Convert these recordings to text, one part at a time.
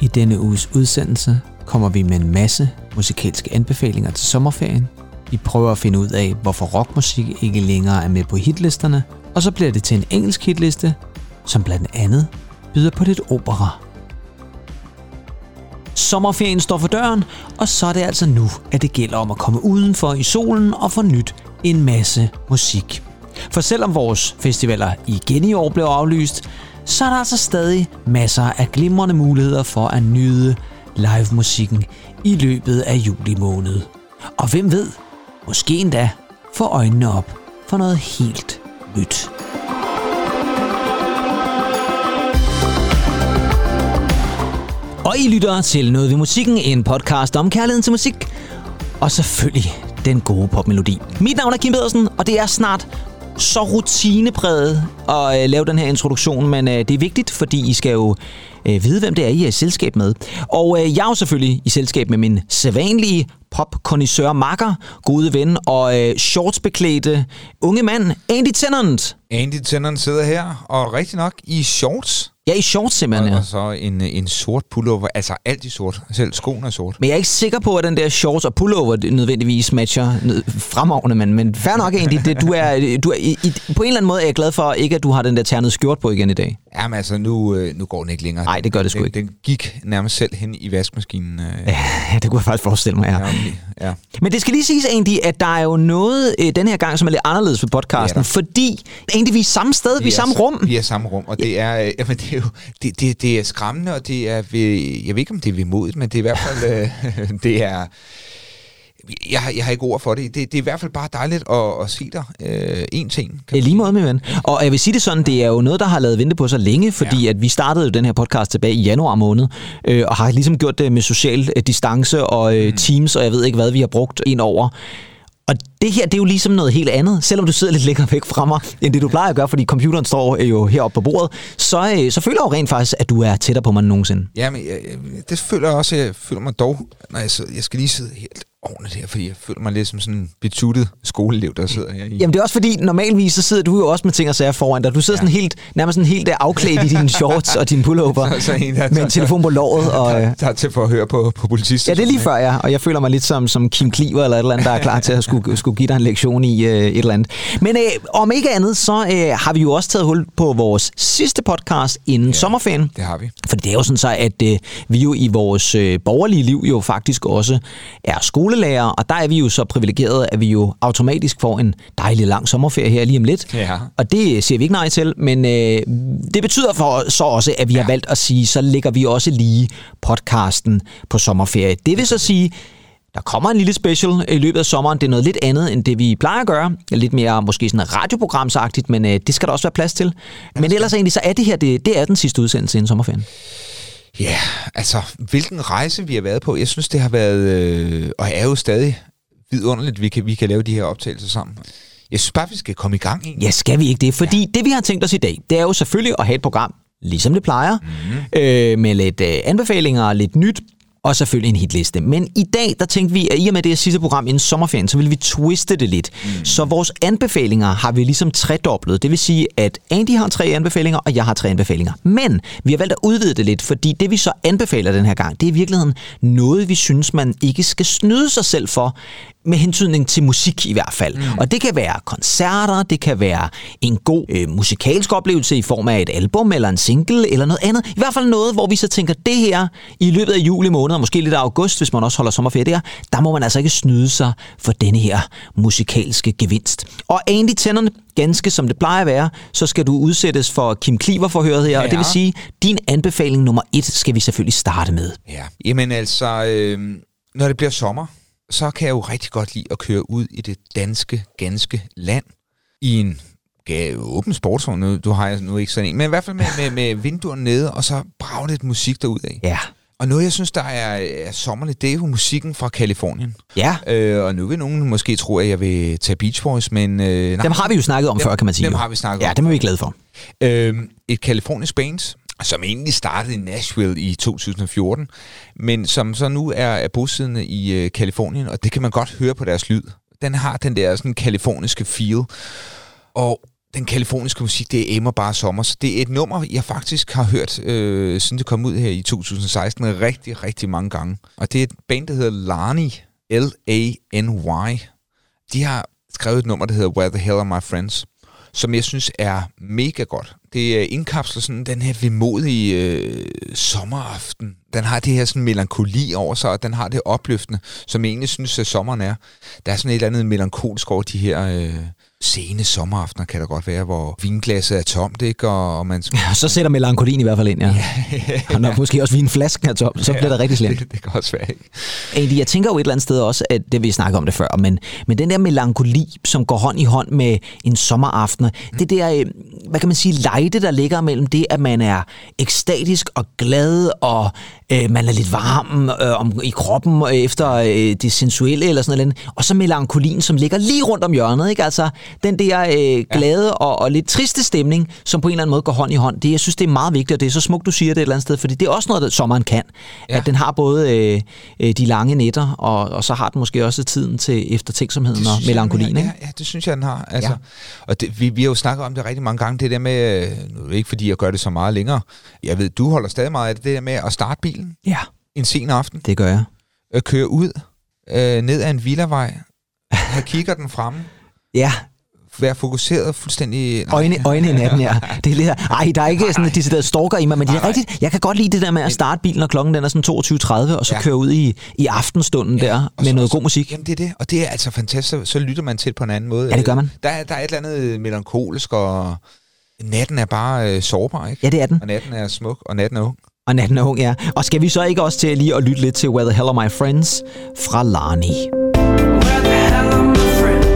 denne uges udsendelse kommer vi med en masse musikalske anbefalinger til sommerferien. Vi prøver at finde ud af, hvorfor rockmusik ikke længere er med på hitlisterne, og så bliver det til en engelsk hitliste, som blandt andet byder på lidt opera. Sommerferien står for døren, og så er det altså nu, at det gælder om at komme udenfor i solen og få nyt en masse musik. For selvom vores festivaler igen i år blev aflyst, så er der altså stadig masser af glimrende muligheder for at nyde live-musikken i løbet af juli måned. Og hvem ved, måske endda få øjnene op for noget helt nyt. Og I lytter til Noget ved musikken, en podcast om kærligheden til musik, og selvfølgelig den gode popmelodi. Mit navn er Kim Pedersen, og det er snart så rutinepræget at lave den her introduktion, men det er vigtigt, fordi I skal jo vide, hvem det er, I er i selskab med. Og jeg er jo selvfølgelig i selskab med min sædvanlige popkondisseur makker, gode ven og shortsbeklædte unge mand, Andy Tennant. Andy Tennant sidder her, og rigtig nok i shorts. Ja, i shorts simpelthen. Og så en sort pullover, altså alt i sort. Selv skoene er sort. Men jeg er ikke sikker på, at den der shorts og pullover nødvendigvis matcher fremragende, men fair nok egentlig. Du er på en eller anden måde er jeg glad for, ikke at du har den der ternede skjort på igen i dag. Jamen altså, nu går den ikke længere. Nej, det gør det sgu ikke. Den gik nærmest selv hen i vaskemaskinen. Ja, det kunne jeg faktisk forestille mig, ja. Men det skal lige siges, Andy, at der er jo noget den her gang, som er lidt anderledes for podcasten, fordi Andy, vi er samme sted, vi er samme rum. Vi er samme rum, og det er, jamen, det er jo det er skræmmende, og det er jeg ved ikke, om det er vemodigt, men det er i hvert fald det er. Jeg har ikke ord for det. Det er i hvert fald bare dejligt at se dig. En ting. Det er lige måde, min ven. Og jeg vil sige det sådan, det er jo noget, der har lavet vente på så længe, fordi at vi startede jo den her podcast tilbage i januar måned, og har ligesom gjort det med social distance og Teams, og jeg ved ikke hvad, vi har brugt ind over. Og det her, det er jo ligesom noget helt andet. Selvom du sidder lidt længere væk fra mig, end det du plejer at gøre, fordi computeren står jo heroppe på bordet, så føler jeg jo rent faktisk, at du er tættere på mig end nogensinde. Ja, men det føler jeg også. Jeg føler mig dog, når jeg skal lige sidde helt ordentligt her, fordi jeg føler mig lidt som sådan en betuttet skoleelev, der sidder her i. Jamen det er også fordi, normalvis så sidder du jo også med ting og sager foran dig. Du sidder sådan nærmest sådan helt afklædt i dine shorts og din pullover, med en telefon på låret. Og der er til for at høre på politister. Ja, det er lige før, og jeg føler mig lidt som Kim Kliver eller et eller andet, der er klar til at skulle give dig en lektion i et eller andet. Men om ikke andet, så har vi jo også taget hul på vores sidste podcast inden sommerferien. Det har vi. For det er jo sådan så, at vi jo i vores borgerlige liv jo faktisk også er skolelærer, og der er vi jo så privilegerede, at vi jo automatisk får en dejlig lang sommerferie her lige om lidt. Ja. Og det siger vi ikke nej til, men det betyder for så også, at vi har valgt at sige, så lægger vi også lige podcasten på sommerferie. Det vil så sige, der kommer en lille special i løbet af sommeren. Det er noget lidt andet, end det vi plejer at gøre. Lidt mere måske sådan radioprogramsagtigt, men det skal der også være plads til. Men ellers egentlig, så er det her, det er den sidste udsendelse inden sommerferien. Ja, altså, hvilken rejse vi har været på. Jeg synes, det har været, og er jo stadig vidunderligt, vi kan lave de her optagelser sammen. Jeg synes bare, vi skal komme i gang egentlig. Ja, skal vi ikke det? Fordi det, vi har tænkt os i dag, det er jo selvfølgelig at have et program, ligesom det plejer, med lidt anbefalinger og lidt nyt, og selvfølgelig en hitliste. Men i dag, der tænkte vi, at i og med det her sidste program inden sommerferien, så vil vi twiste det lidt. Så vores anbefalinger har vi ligesom tredoblet. Det vil sige, at Andy har 3 anbefalinger, og jeg har 3 anbefalinger. Men vi har valgt at udvide det lidt, fordi det vi så anbefaler den her gang, det er i virkeligheden noget, vi synes, man ikke skal snyde sig selv for, med hentydning til musik i hvert fald. Og det kan være koncerter, det kan være en god musikalsk oplevelse i form af et album eller en single eller noget andet. I hvert fald noget, hvor vi så tænker, det her i løbet af juli måned, og måske lidt af august, hvis man også holder sommerferie der må man altså ikke snyde sig for denne her musikalske gevinst. Og Andy Tennant, ganske som det plejer at være, så skal du udsættes for Kim Kliver-forhøret her, og det vil sige, din anbefaling nummer 1 skal vi selvfølgelig starte med. Ja, jamen altså, når det bliver sommer, så kan jeg jo rigtig godt lide at køre ud i det ganske land i en åben sportsvogn. Du har jeg nu ikke sådan en, men i hvert fald med vinduerne nede, og så brage lidt musik derud af. Ja. Og noget, jeg synes, der er sommerligt, det er jo musikken fra Californien. Ja. Og nu vil nogen måske tro, at jeg vil tage Beach Boys, men nej. Dem har vi jo snakket om før, kan man sige. Dem har vi snakket om. Ja, dem er vi glade for. Et californisk band, som egentlig startede i Nashville i 2014, men som så nu er bosiddende i Californien, og det kan man godt høre på deres lyd. Den har den der sådan kaliforniske feel. Og den kaliforniske musik, det emmer bare sommer. Så det er et nummer, jeg faktisk har hørt, siden det kom ud her i 2016, rigtig, rigtig mange gange. Og det er et band, der hedder Lany, L-A-N-Y. De har skrevet et nummer, der hedder Where the Hell Are My Friends, som jeg synes er mega godt. Det indkapsler sådan den her vemodige sommeraften. Den har det her sådan melankoli over sig, og den har det opløftende, som jeg egentlig synes, at sommeren er. Der er sådan et eller andet melankolisk over de her sene sommeraftener, kan der godt være, hvor vinglasset er tomt, ikke? Og man ja, så sætter melankolien i hvert fald ind, ja. Og når måske også vinflasken er tom, så bliver det rigtig slemt. Det kan også være, ikke? Egentlig, jeg tænker jo et eller andet sted også, at det vi snakker om det før, men den der melankoli, som går hånd i hånd med en sommeraften, det der, hvad kan man sige, lejde, der ligger mellem det, at man er ekstatisk og glad, og man er lidt varm i kroppen efter det sensuelle eller sådan noget, og så melankolien, som ligger lige rundt om hjørnet, ikke? Altså den der glade og lidt triste stemning, som på en eller anden måde går hånd i hånd. Det, jeg synes, det er meget vigtigt, og det er så smukt, du siger det et eller andet sted, fordi det er også noget, der sommeren kan. Ja. At den har både de lange nætter, og så har den måske også tiden til eftertænksomheden og melankolien. Ja, det synes jeg, den har. Altså, og det, vi har jo snakket om det rigtig mange gange, det der med, nu ikke fordi jeg gør det så meget længere, jeg ved, du holder stadig meget af det der med at starte bilen en sen aften. Det gør jeg. Køre ud ned ad en villavej, have kigger den fremme. Ja. Være fokuseret fuldstændig... Øjne i natten, ja. Det er lidt... Ej, der er ikke sådan, at de sidder stalker i mig, men det er rigtigt. Jeg kan godt lide det der med at starte bilen, og klokken den er sådan 22.30, og så køre ud i aftenstunden der med noget god musik. Jamen, det er det. Og det er altså fantastisk. Så lytter man til på en anden måde. Ja, det gør man. Der er et eller andet melankolisk, og natten er bare sårbar, ikke? Ja, det er den. Og natten er smuk, og natten er ung. Og natten er ung, ja. Og skal vi så ikke også til lige at lytte lidt til Where the Hell Are My Friends fra Lany? Where the hell are my friends?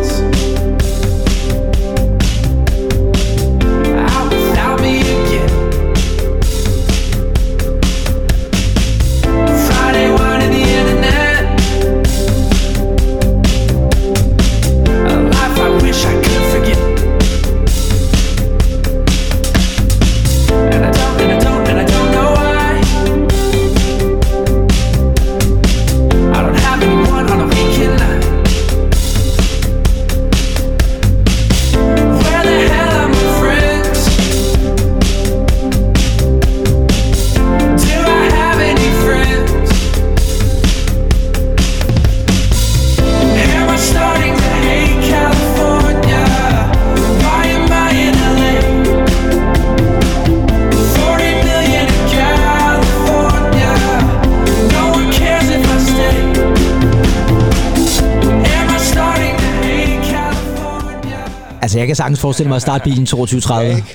Altså, jeg kan sagtens forestille mig at starte bilen 22.30. Og det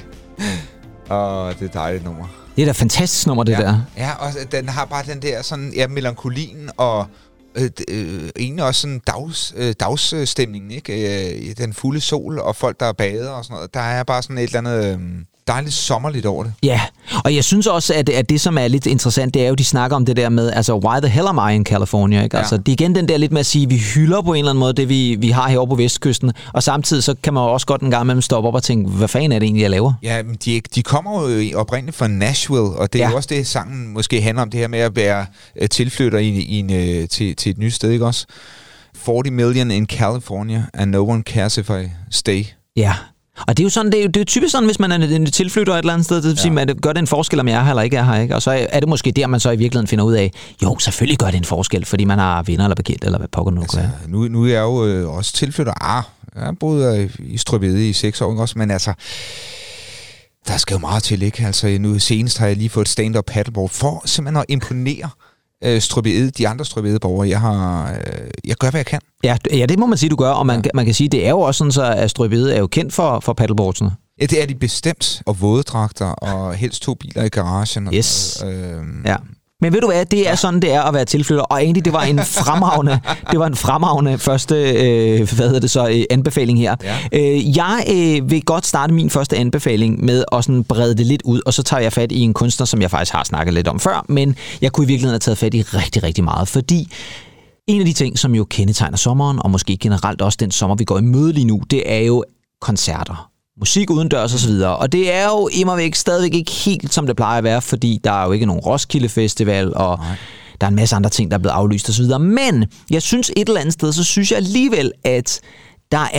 er et dejligt nummer. Det er da et fantastisk nummer, det der. Ja, og den har bare den der sådan, melankolien og egentlig også sådan dagsstemningen, ikke? Den fulde sol og folk, der bader og sådan noget. Der er bare sådan et eller andet dejligt sommerligt over det. Ja, og jeg synes også, at det, som er lidt interessant, det er jo, de snakker om det der med, altså, why the hell am I in California, ikke? Ja. Altså, det er igen den der lidt med at sige, at vi hylder på en eller anden måde det, vi har herovre på Vestkysten, og samtidig så kan man jo også godt en gang imellem stoppe op og tænke, hvad fanden er det egentlig, jeg laver? Ja, men de kommer jo oprindeligt fra Nashville, og det er jo også det, sangen måske handler om, det her med at være tilflytter til et nyt sted, ikke også? 40 million in California, and no one cares if I stay. Ja. Og det er jo sådan, det er typisk sådan, hvis man er en tilflytter et eller andet sted, det vil sige, at gør det en forskel, om jeg er her eller ikke er her, ikke? Og så er det måske der, man så i virkeligheden finder ud af, jo, selvfølgelig gør det en forskel, fordi man har venner eller bekendt, eller hvad pokker nu kan være. Nu er jeg jo også tilflytter. Jeg har boet i Strøbede i 6 år, ikke også? Men altså, der skal jo meget til, ikke? Altså, nu senest har jeg lige fået et stand-up paddleboard for simpelthen at imponere de andre Strøbede-borgere. Jeg gør, hvad jeg kan. Ja, det må man sige, du gør, og man kan sige, det er jo også sådan, så at Strøbede er jo kendt for paddleboardsene. Ja, det er de bestemt, og vådedragter, og helst 2 biler i garagen. Yes. Ja. Men ved du hvad, det er sådan, det er at være tilflytter, og egentlig, det var en fremragende første, anbefaling her. Ja. Jeg vil godt starte min første anbefaling med at sådan brede det lidt ud, og så tager jeg fat i en kunstner, som jeg faktisk har snakket lidt om før, men jeg kunne i virkeligheden have taget fat i rigtig, rigtig meget, fordi en af de ting, som jo kendetegner sommeren, og måske generelt også den sommer, vi går i møde lige nu, det er jo koncerter. Musik udendørs og så videre. Og det er jo immervæk stadigvæk ikke helt, som det plejer at være, fordi der er jo ikke nogen Roskilde Festival, og der er en masse andre ting, der er blevet aflyst og så videre. Men jeg synes et eller andet sted, så synes jeg alligevel, at der er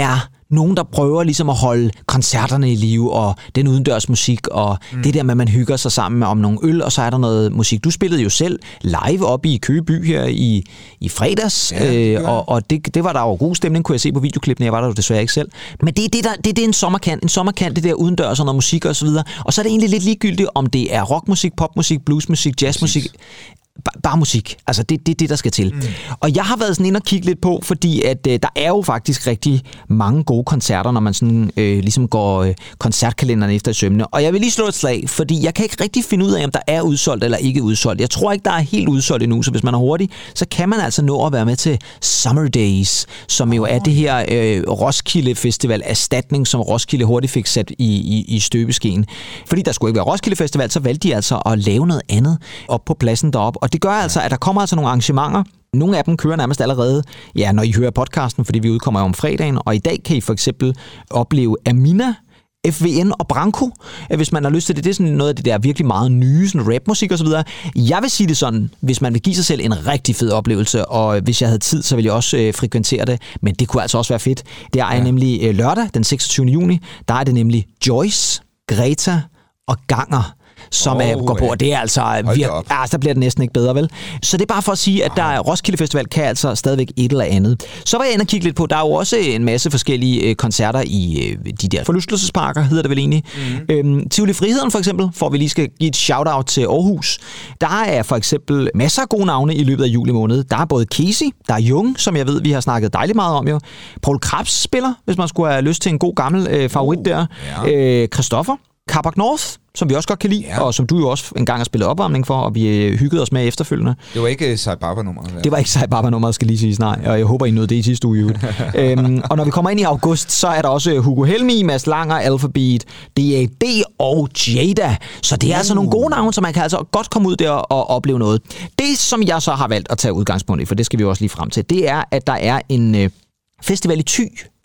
nogen, der prøver ligesom at holde koncerterne i live, og den udendørs musik, og det der med, at man hygger sig sammen om nogle øl, og så er der noget musik. Du spillede jo selv live op i Køge by her i fredags, og det var der jo god stemning, kunne jeg se på videoklippene. Jeg var der jo desværre ikke selv. Men det er en sommerkant. En sommerkant, det der udendørs og noget musik og så videre. Og så er det egentlig lidt ligegyldigt, om det er rockmusik, popmusik, bluesmusik, jazzmusik. Bare musik. Altså, det er det, der skal til. Og jeg har været sådan inde og kigge lidt på, fordi at der er jo faktisk rigtig mange gode koncerter, når man sådan ligesom går koncertkalenderen efter i sømne. Og jeg vil lige slå et slag, fordi jeg kan ikke rigtig finde ud af, om der er udsolgt eller ikke udsolgt. Jeg tror ikke, der er helt udsolgt endnu, så hvis man er hurtig, så kan man altså nå at være med til Summer Days, som jo er det her Roskilde Festival erstatning, som Roskilde hurtigt fik sat i støbeskeen. Fordi der skulle ikke være Roskilde Festival, så valgte de altså at lave noget andet op på pladsen deroppe. Og det gør altså, at der kommer altså nogle arrangementer. Nogle af dem kører nærmest allerede, når I hører podcasten, fordi vi udkommer jo om fredagen. Og i dag kan I for eksempel opleve Amina, FVN og Branko, hvis man har lyst til det. Det er sådan noget af det der virkelig meget nye, sådan rapmusik og så videre. Jeg vil sige det sådan, hvis man vil give sig selv en rigtig fed oplevelse, og hvis jeg havde tid, så ville jeg også frekventere det. Men det kunne altså også være fedt. Det er nemlig lørdag, den 26. juni. Der er det nemlig Joyce, Greta og Ganger, som går på, og det er altså der bliver det næsten ikke bedre, vel? Så det er bare for at sige, at der Roskilde Festival kan altså stadigvæk et eller andet. Så var jeg inde og kigge lidt på, der er jo også en masse forskellige koncerter i de der forlystelsesparker, hedder det vel egentlig. Tivoli Friheden for eksempel, for vi lige skal give et shout-out til Aarhus. Der er for eksempel masser af gode navne i løbet af juli måned. Der er både Casey, der er Jung, som jeg ved, vi har snakket dejligt meget om jo. Paul Krebs spiller, hvis man skulle have lyst til en god gammel favorit der. Christoffer, Carbac North, som vi også godt kan lide, og som du jo også engang har spillet opvarmning for, og vi hyggede os med efterfølgende. Det var ikke Sai Baba-nummeret. Det var ikke Sai Baba-nummeret, skal lige siges, nej. Og jeg håber, I nåede det i sidste uge. Og når vi kommer ind i august, så er der også Hugo Helmi, Mads Langer, Alphabet, DAD og Jada. Så det er altså nogle gode navne, så man kan altså godt komme ud der og opleve noget. Det, som jeg så har valgt at tage udgangspunkt i, for det skal vi også lige frem til, det er, at der er en festival i Thy.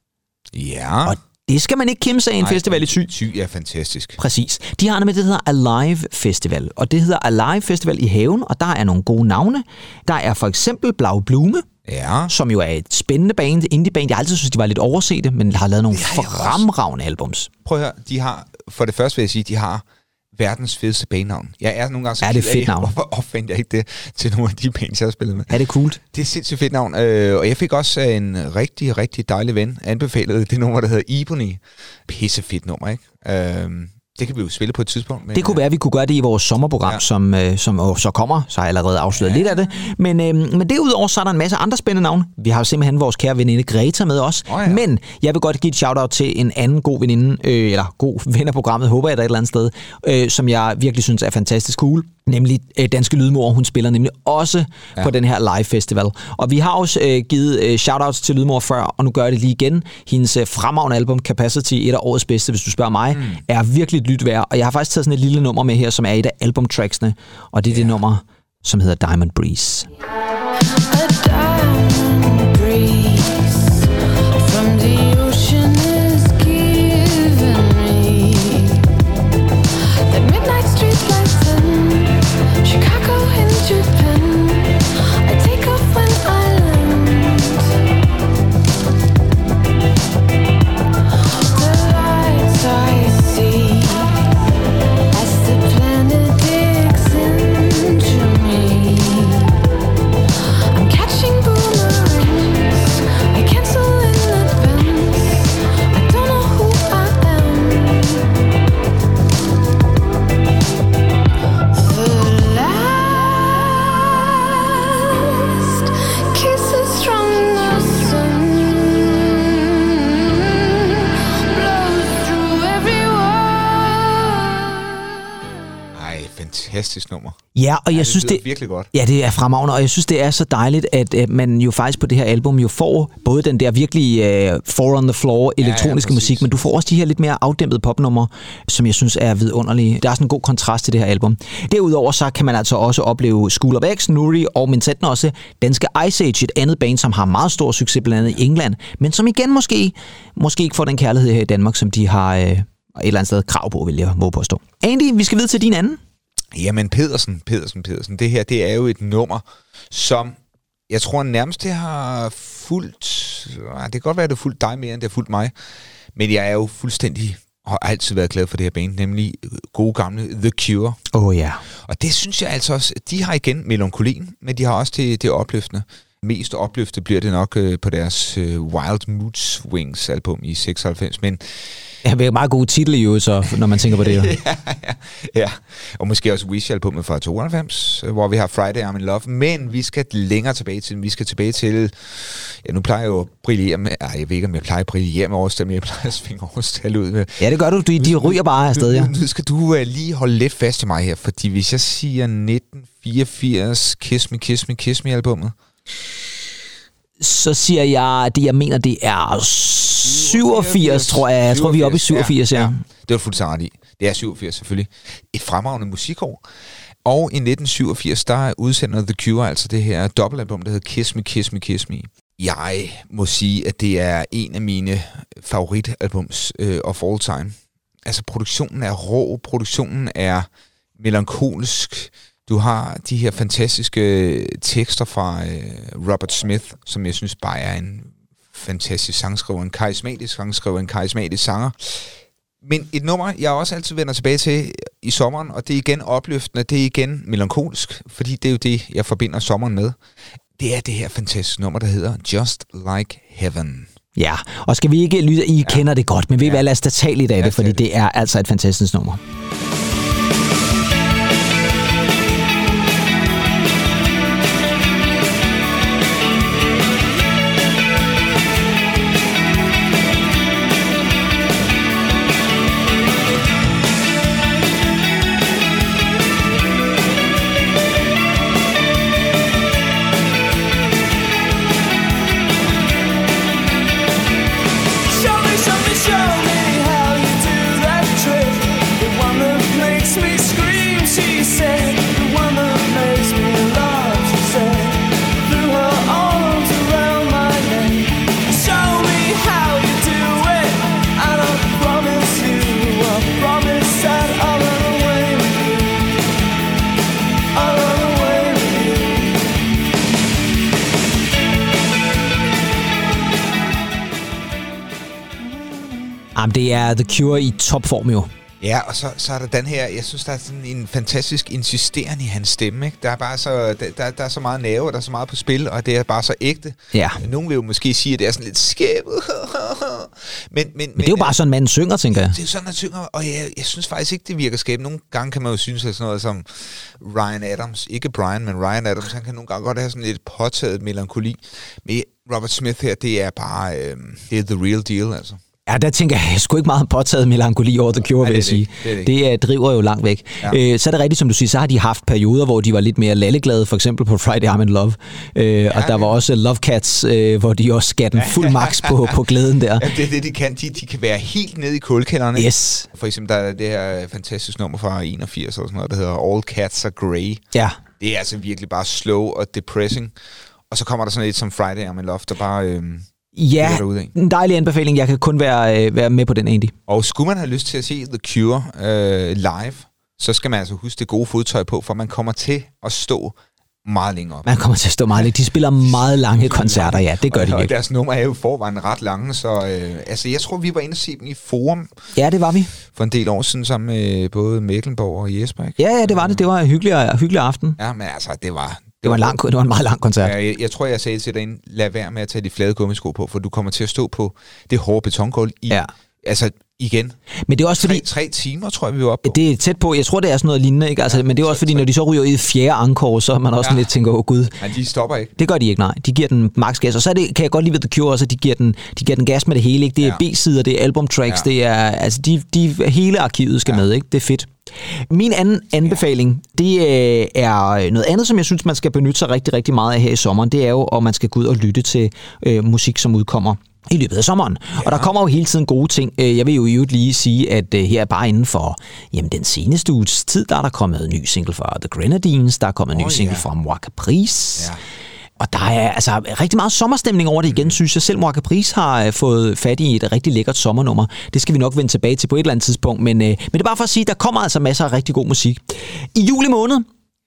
Ja. Og det skal man ikke kimse af en festival i Thy. Thy er fantastisk. Præcis. De har nemlig det, der hedder Alive Festival. Og det hedder Alive Festival i haven, og der er nogle gode navne. Der er for eksempel Blau Blume, som jo er et spændende band, indie-band. Jeg altid synes, de var lidt oversete, men har lavet nogle fremragende albums. Prøv at høre, de har, for det første vil jeg sige, de har verdens fedeste bandnavn. Jeg er nogle gange så det fedt navn. Hvorfor opfandt jeg ikke det til nogle af de bands, jeg har spillet med? Er det cool? Det er sindssygt fedt navn. Og jeg fik også en rigtig, rigtig dejlig ven anbefalet det nummer, der hedder Ebony. Pisse fedt nummer, ikke? Det kan vi jo spille på et tidspunkt. Men, det kunne være, at vi kunne gøre det i vores sommerprogram, som så kommer. Så har jeg allerede afsløret lidt af det. Men derudover så er der en masse andre spændende navne. Vi har simpelthen vores kære veninde Greta med os. Men jeg vil godt give et shout-out til en anden god veninde, eller god ven af programmet, håber jeg der et eller andet sted, som jeg virkelig synes er fantastisk cool. Nemlig Danske Lydmor. Hun spiller nemlig også på den her live festival. Og vi har også givet shoutouts til Lydmor før, og nu gør jeg det lige igen. Hendes fremragende album Capacity, et af årets bedste, hvis du spørger mig, er virkelig et lyt værd. Og jeg har faktisk taget sådan et lille nummer med her, som er et af albumtracksene. Og det er det nummer, som hedder Diamond Breeze. Fantastisk nummer. Ja, og jeg synes, det er virkelig godt. Ja, det er fremragende, og jeg synes, det er så dejligt, at man jo faktisk på det her album jo får både den der virkelig four on the floor elektroniske musik, men du får også de her lidt mere afdæmpede popnumre, som jeg synes er vidunderlige. Der er sådan en god kontrast til det her album. Derudover så kan man altså også opleve School of X, Nuri og Mintetten også Danske Ice Age, et andet band, som har meget stor succes blandt andet i England, men som igen måske ikke får den kærlighed her i Danmark, som de har et eller andet sted krav på, vil jeg må påstå. Andy, vi skal videre til din anden. Jamen Pedersen. Det her, det er jo et nummer, som Jeg tror nærmest, det har fulgt... Det kan godt være, at det har fulgt dig mere, end det har fulgt mig. Men jeg er jo fuldstændig... har altid været glad for det her band, nemlig gode gamle The Cure. Ja. Og det synes jeg altså også... De har igen melankolien, men de har også det opløftende. Mest opløftet bliver det nok på deres Wild Mood Swings album i 96, men... Ja, det er en meget god titel jo, så, når man tænker på det. ja. Og måske også Wish-albumet fra 92, hvor vi har Friday I'm in Love, men vi skal længere tilbage til, ja, nu plejer jeg jo at brillere med, jeg ved ikke, om jeg plejer at brillere med årstal, men jeg plejer at svinge årstal ud med. Ja, det gør du, de ryger bare afsted, ja. Nu skal du lige holde lidt fast i mig her, fordi hvis jeg siger 1984 Kiss Me albumet, så siger jeg, det jeg mener, det er 87, tror jeg. Jeg tror, vi er oppe i 87, ja. Det var fuldt ret i. Det er 87 selvfølgelig. Et fremragende musikår. Og i 1987, der udsender The Cure altså det her dobbeltalbum, der hedder Kiss Me. Jeg må sige, at det er en af mine favoritalbums of all time. Altså, produktionen er rå, produktionen er melankolsk. Du har de her fantastiske tekster fra Robert Smith, som jeg synes bare er en fantastisk sangskriver, en karismatisk sangskriver, en karismatisk sanger. Men et nummer, jeg også altid vender tilbage til i sommeren, og det er igen opløftende, det er igen melankolsk, fordi det er jo det, jeg forbinder sommeren med. Det er det her fantastiske nummer, der hedder Just Like Heaven. Ja, og skal vi ikke lytte, I kender det godt, men ved I hvad, lad os da tale lidt af det, fordi det er altså et fantastisk nummer. Det er The Cure i topform jo. Ja, og så er der den her, jeg synes, der er sådan en fantastisk insisteren i hans stemme, ikke? Der er bare så, der er så meget nerve, der er så meget på spil, og det er bare så ægte. Ja. Nogen vil jo måske sige, at det er sådan lidt skæbet. men det er jo bare sådan, manden synger, tænker jeg. Det er sådan, han synger, og jeg synes faktisk ikke, det virker skæbet. Nogle gange kan man jo synes, at sådan noget som Ryan Adams, ikke Brian, men Ryan Adams, han kan nogle gange godt have sådan lidt påtaget melankoli. Men Robert Smith her, det er bare, det er the real deal, altså. Ja, der tænker jeg sgu ikke meget påtaget melankoli over The Cure, vil jeg sige. Det driver jo langt væk. Ja. Så er det rigtigt, som du siger, så har de haft perioder, hvor de var lidt mere lalleglade, for eksempel på Friday I'm in Love. Og der var også Love Cats, hvor de også gav den fuld max på glæden der. Ja, det er det, de kan. De kan være helt nede i kulkælderne. Yes. For eksempel, der er det her fantastiske nummer fra 81, eller sådan noget, der hedder All Cats Are Grey. Ja. Det er altså virkelig bare slow og depressing. Og så kommer der sådan lidt som Friday I'm in Love, der bare... Ja, en dejlig anbefaling. Jeg kan kun være med på den egentlig. Og skulle man have lyst til at se The Cure live, så skal man altså huske det gode fodtøj på, for man kommer til at stå meget længere op. Man kommer til at stå meget længere. De spiller meget lange koncerter, ja, det gør de virkelig. Og deres nummer er jo forvejen ret lange, så jeg tror, vi var inde og se dem i Forum. Ja, det var vi. For en del år siden sammen med både Mecklenborg og Jesper. Ja, det var det. Det var en hyggelig aften. Ja, men altså, det var en meget lang koncert. Ja, jeg tror, jeg sagde til dig, lad være med at tage de flade gummisko på, for du kommer til at stå på det hårde betongulv i, altså igen. Men det er også fordi 3 timer, tror jeg, vi var oppe på. Det er tæt på. Jeg tror, det er sådan noget lignende, ikke? Altså, men det er også fordi, når de så ryger i fjerde encore, så er man også lidt tænker, gud. Nej, de stopper ikke. Det gør de ikke, nej. De giver den max gas. Og så kan jeg godt lide ved The Cure også, at de giver den gas med det hele, ikke? Det er B-sider, det er albumtracks, det er, altså hele arkivet skal med, ikke? Det er fedt. Min anden anbefaling, det er noget andet, som jeg synes, man skal benytte sig rigtig, rigtig meget af her i sommeren. Det er jo, at man skal gå ud og lytte til musik, som udkommer i løbet af sommeren. Ja. Og der kommer jo hele tiden gode ting. Jeg vil jo i øvrigt lige sige, at her er bare inden for den seneste uges tid, der er der kommet en ny single fra The Grenadines, der er kommet en ny single fra Moi Caprice. Ja. Og der er altså rigtig meget sommerstemning over det igen, synes jeg. Selv Moi Caprice har fået fat i et rigtig lækkert sommernummer. Det skal vi nok vende tilbage til på et eller andet tidspunkt. Men det er bare for at sige, at der kommer altså masser af rigtig god musik. I juli måned,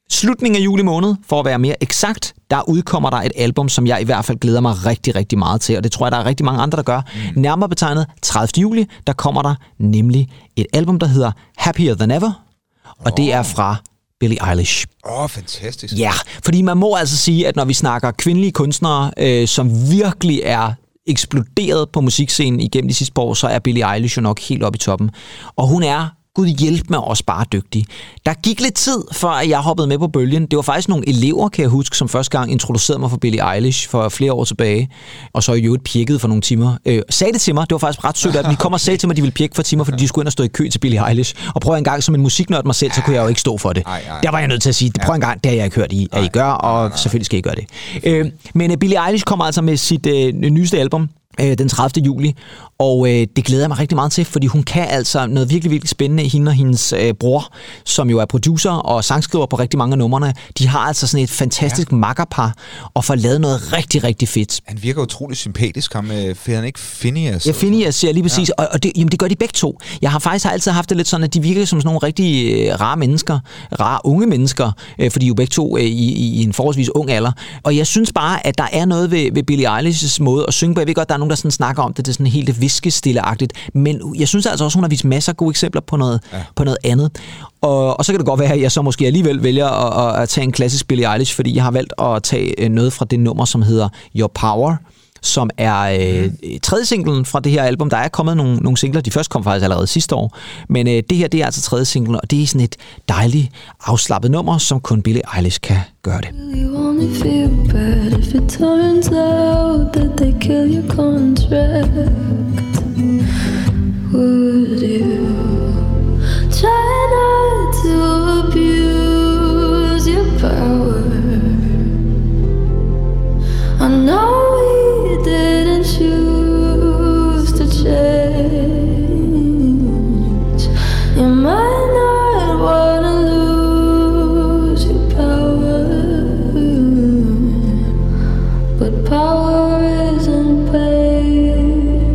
Slutningen af juli måned, for at være mere eksakt, der udkommer der et album, som jeg i hvert fald glæder mig rigtig, rigtig meget til, og det tror jeg, der er rigtig mange andre, der gør. Nærmere betegnet 30. juli, der kommer der nemlig et album, der hedder Happier Than Ever, og det er fra Billie Eilish. Fantastisk. Ja, fordi man må altså sige, at når vi snakker kvindelige kunstnere, som virkelig er eksploderet på musikscenen igennem de sidste par år, så er Billie Eilish jo nok helt oppe i toppen. Og hun er, Gud hjælp mig, også bare dygtig. Der gik lidt tid, før jeg hoppede med på bølgen. Det var faktisk nogle elever, kan jeg huske, som første gang introducerede mig for Billie Eilish for flere år tilbage, og så jo et pjekket for nogle timer. Sagde det til mig, det var faktisk ret sødt, at de kom og sagde til mig, at de ville pjekke for timer, fordi de skulle ind og stå i kø til Billie Eilish. Og prøv en gang som en musiknørd mig selv, så kunne jeg jo ikke stå for det. Der var jeg nødt til at sige, prøv en gang, det har jeg ikke hørt, at I gør, og selvfølgelig skal I gøre det. Men Billie Eilish kommer altså med sit nyeste album, den 30. juli, og det glæder jeg mig rigtig meget til, fordi hun kan altså noget virkelig, virkelig spændende. Hende og hendes bror, som jo er producer og sangskriver på rigtig mange af numrene, de har altså sådan et fantastisk makkerpar, og får lavet noget rigtig, rigtig fedt. Han virker utrolig sympatisk, ham med ikke Phineas. Ja, Phineas, ja, lige præcis, og det gør de begge to. Jeg har faktisk altid haft det lidt sådan, at de virker som sådan nogle rigtig rare mennesker, rare unge mennesker, fordi de jo begge to i en forholdsvis ung alder. Og jeg synes bare, at der er noget ved Billie Eilish's måde at synge på. Jeg ved godt, der er nogen, der sådan snakker om det, det er sådan helt viskestilleagtigt, men jeg synes altså også, hun har vist masser af gode eksempler på noget andet. Og så kan det godt være, at jeg så måske alligevel vælger at tage en klassisk Billie Eilish, fordi jeg har valgt at tage noget fra det nummer, som hedder Your Power, som er tredje singlen fra det her album. Der er kommet nogle singler, de første kom faktisk allerede sidste år, men det her, det er altså tredje singlen, og det er sådan et dejligt afslappet nummer, som kun Billie Eilish kan gøre det. You only feel bad if it turns out that they kill your contract. Would you try not to abuse your power? I know we didn't choose to change. You might not want to lose your power, but power isn't pain.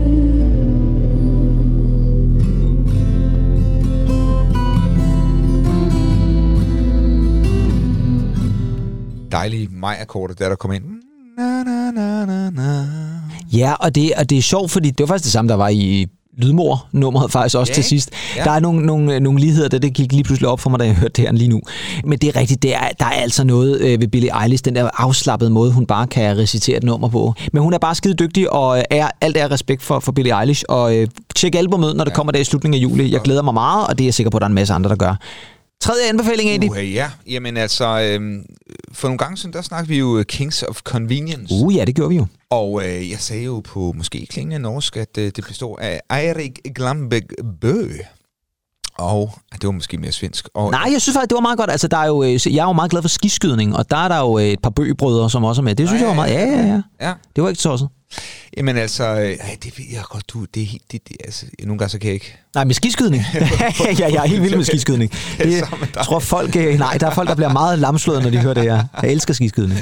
Dejlige maj-akkorder, der kom ind. Na, na, na, na, na. Ja, og det er sjovt, fordi det var faktisk det samme, der var i Lydmor-nummeret faktisk også til sidst. Ja. Der er nogle ligheder, det gik lige pludselig op for mig, da jeg hørte det her lige nu. Men det er rigtigt, der er altså noget ved Billie Eilish, den der afslappede måde, hun bare kan recitere et nummer på. Men hun er bare skide dygtig, og alt er respekt for Billie Eilish. Og tjek albumet, når det kommer der i slutningen af juli. Jeg glæder mig meget, og det er jeg sikker på, at der er en masse andre, der gør. Tredje anbefaling, egentlig? Ja, jamen altså, for nogle gange siden, der snakkede vi jo Kings of Convenience. Ja, det gjorde vi jo. Og jeg sagde jo på måske klingende norsk, at det består af Eirik Glambæk Bø. Og det var måske mere svensk. Nej, jeg synes faktisk, det var meget godt. Altså, der er jo, jeg er jo meget glad for skiskydning, og der er der jo et par bøgebrødre, som også er med. Det synes jeg var meget... Ja. Det var ikke tosset. Jamen altså, det ved jeg godt, du, det er helt, altså, nogle gange så kan jeg ikke. Nej, med skiskydning? Jeg er helt vild med skiskydning. Jeg tror folk, der er folk, der bliver meget lamslået, når de hører det her. Jeg elsker skiskydning.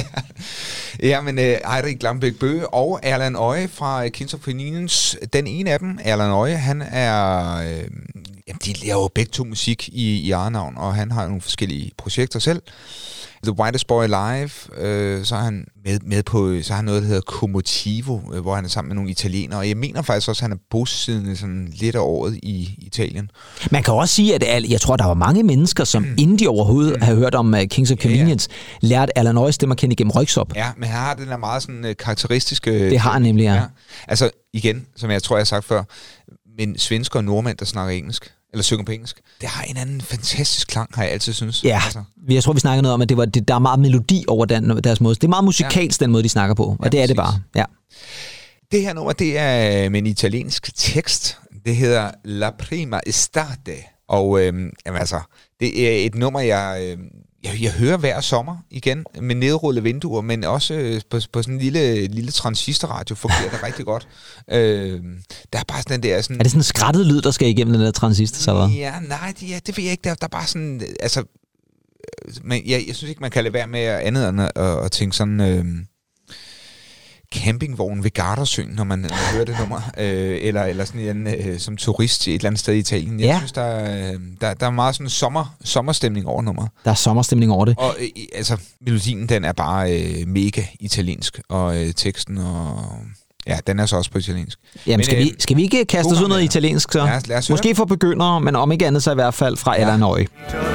Jamen, Eirik Glambæk Bøge og Erland Øje fra Kings of Convenience. Den ene af dem, Erland Øje, han er... de laver jo begge to musik i eget og han har nogle forskellige projekter selv. The Whitest Boy Live, så er han med på, så har han noget, der hedder Comotivo, hvor han er sammen med nogle italienere, og jeg mener faktisk også, at han er bosiddende sådan lidt af året i Italien. Man kan også sige, at jeg tror, der var mange mennesker, som inden de overhovedet har hørt om Kings of Convenience, lærte Erland Øjes stemme at kende igennem Røyksopp. Ja, men han har den der meget sådan karakteristiske... Det har han nemlig, ja. Altså igen, som jeg tror, jeg har sagt før, men svensker og nordmænd, der snakker engelsk, eller synger på engelsk, det har en anden fantastisk klang, har jeg altid synes. Ja, altså. Jeg tror, vi snakkede noget om, at der er meget melodi over deres måde. Det er meget musikalsk, den måde, de snakker på, og det er det bare. Ja. Det her nummer, det er med en italiensk tekst. Det hedder La Prima Estate, og altså, det er et nummer, jeg hører hver sommer igen, med nedrullede vinduer, men også på sådan en lille transistorradio fungerer det rigtig godt. Der er bare sådan den der... Sådan, er det sådan en skrattet lyd, der skal igennem den der transistor, så hvad? Ja, nej, det ved jeg ikke. Der er bare sådan... Altså, men jeg synes ikke, man kan lade være med andet end at tænke sådan... campingvogn ved Gardasøen, når man hører det nummer, eller sådan en som turist et eller andet sted i Italien. Jeg synes, der er meget sådan sommerstemning over nummeret. Der er sommerstemning over det. Og altså, melodien, den er bare mega italiensk, og teksten og... Ja, den er så også på italiensk. Jamen, skal vi ikke kaste os ud noget italiensk, så? Lad os måske for begyndere, men om ikke andet så i hvert fald fra Ella Neu.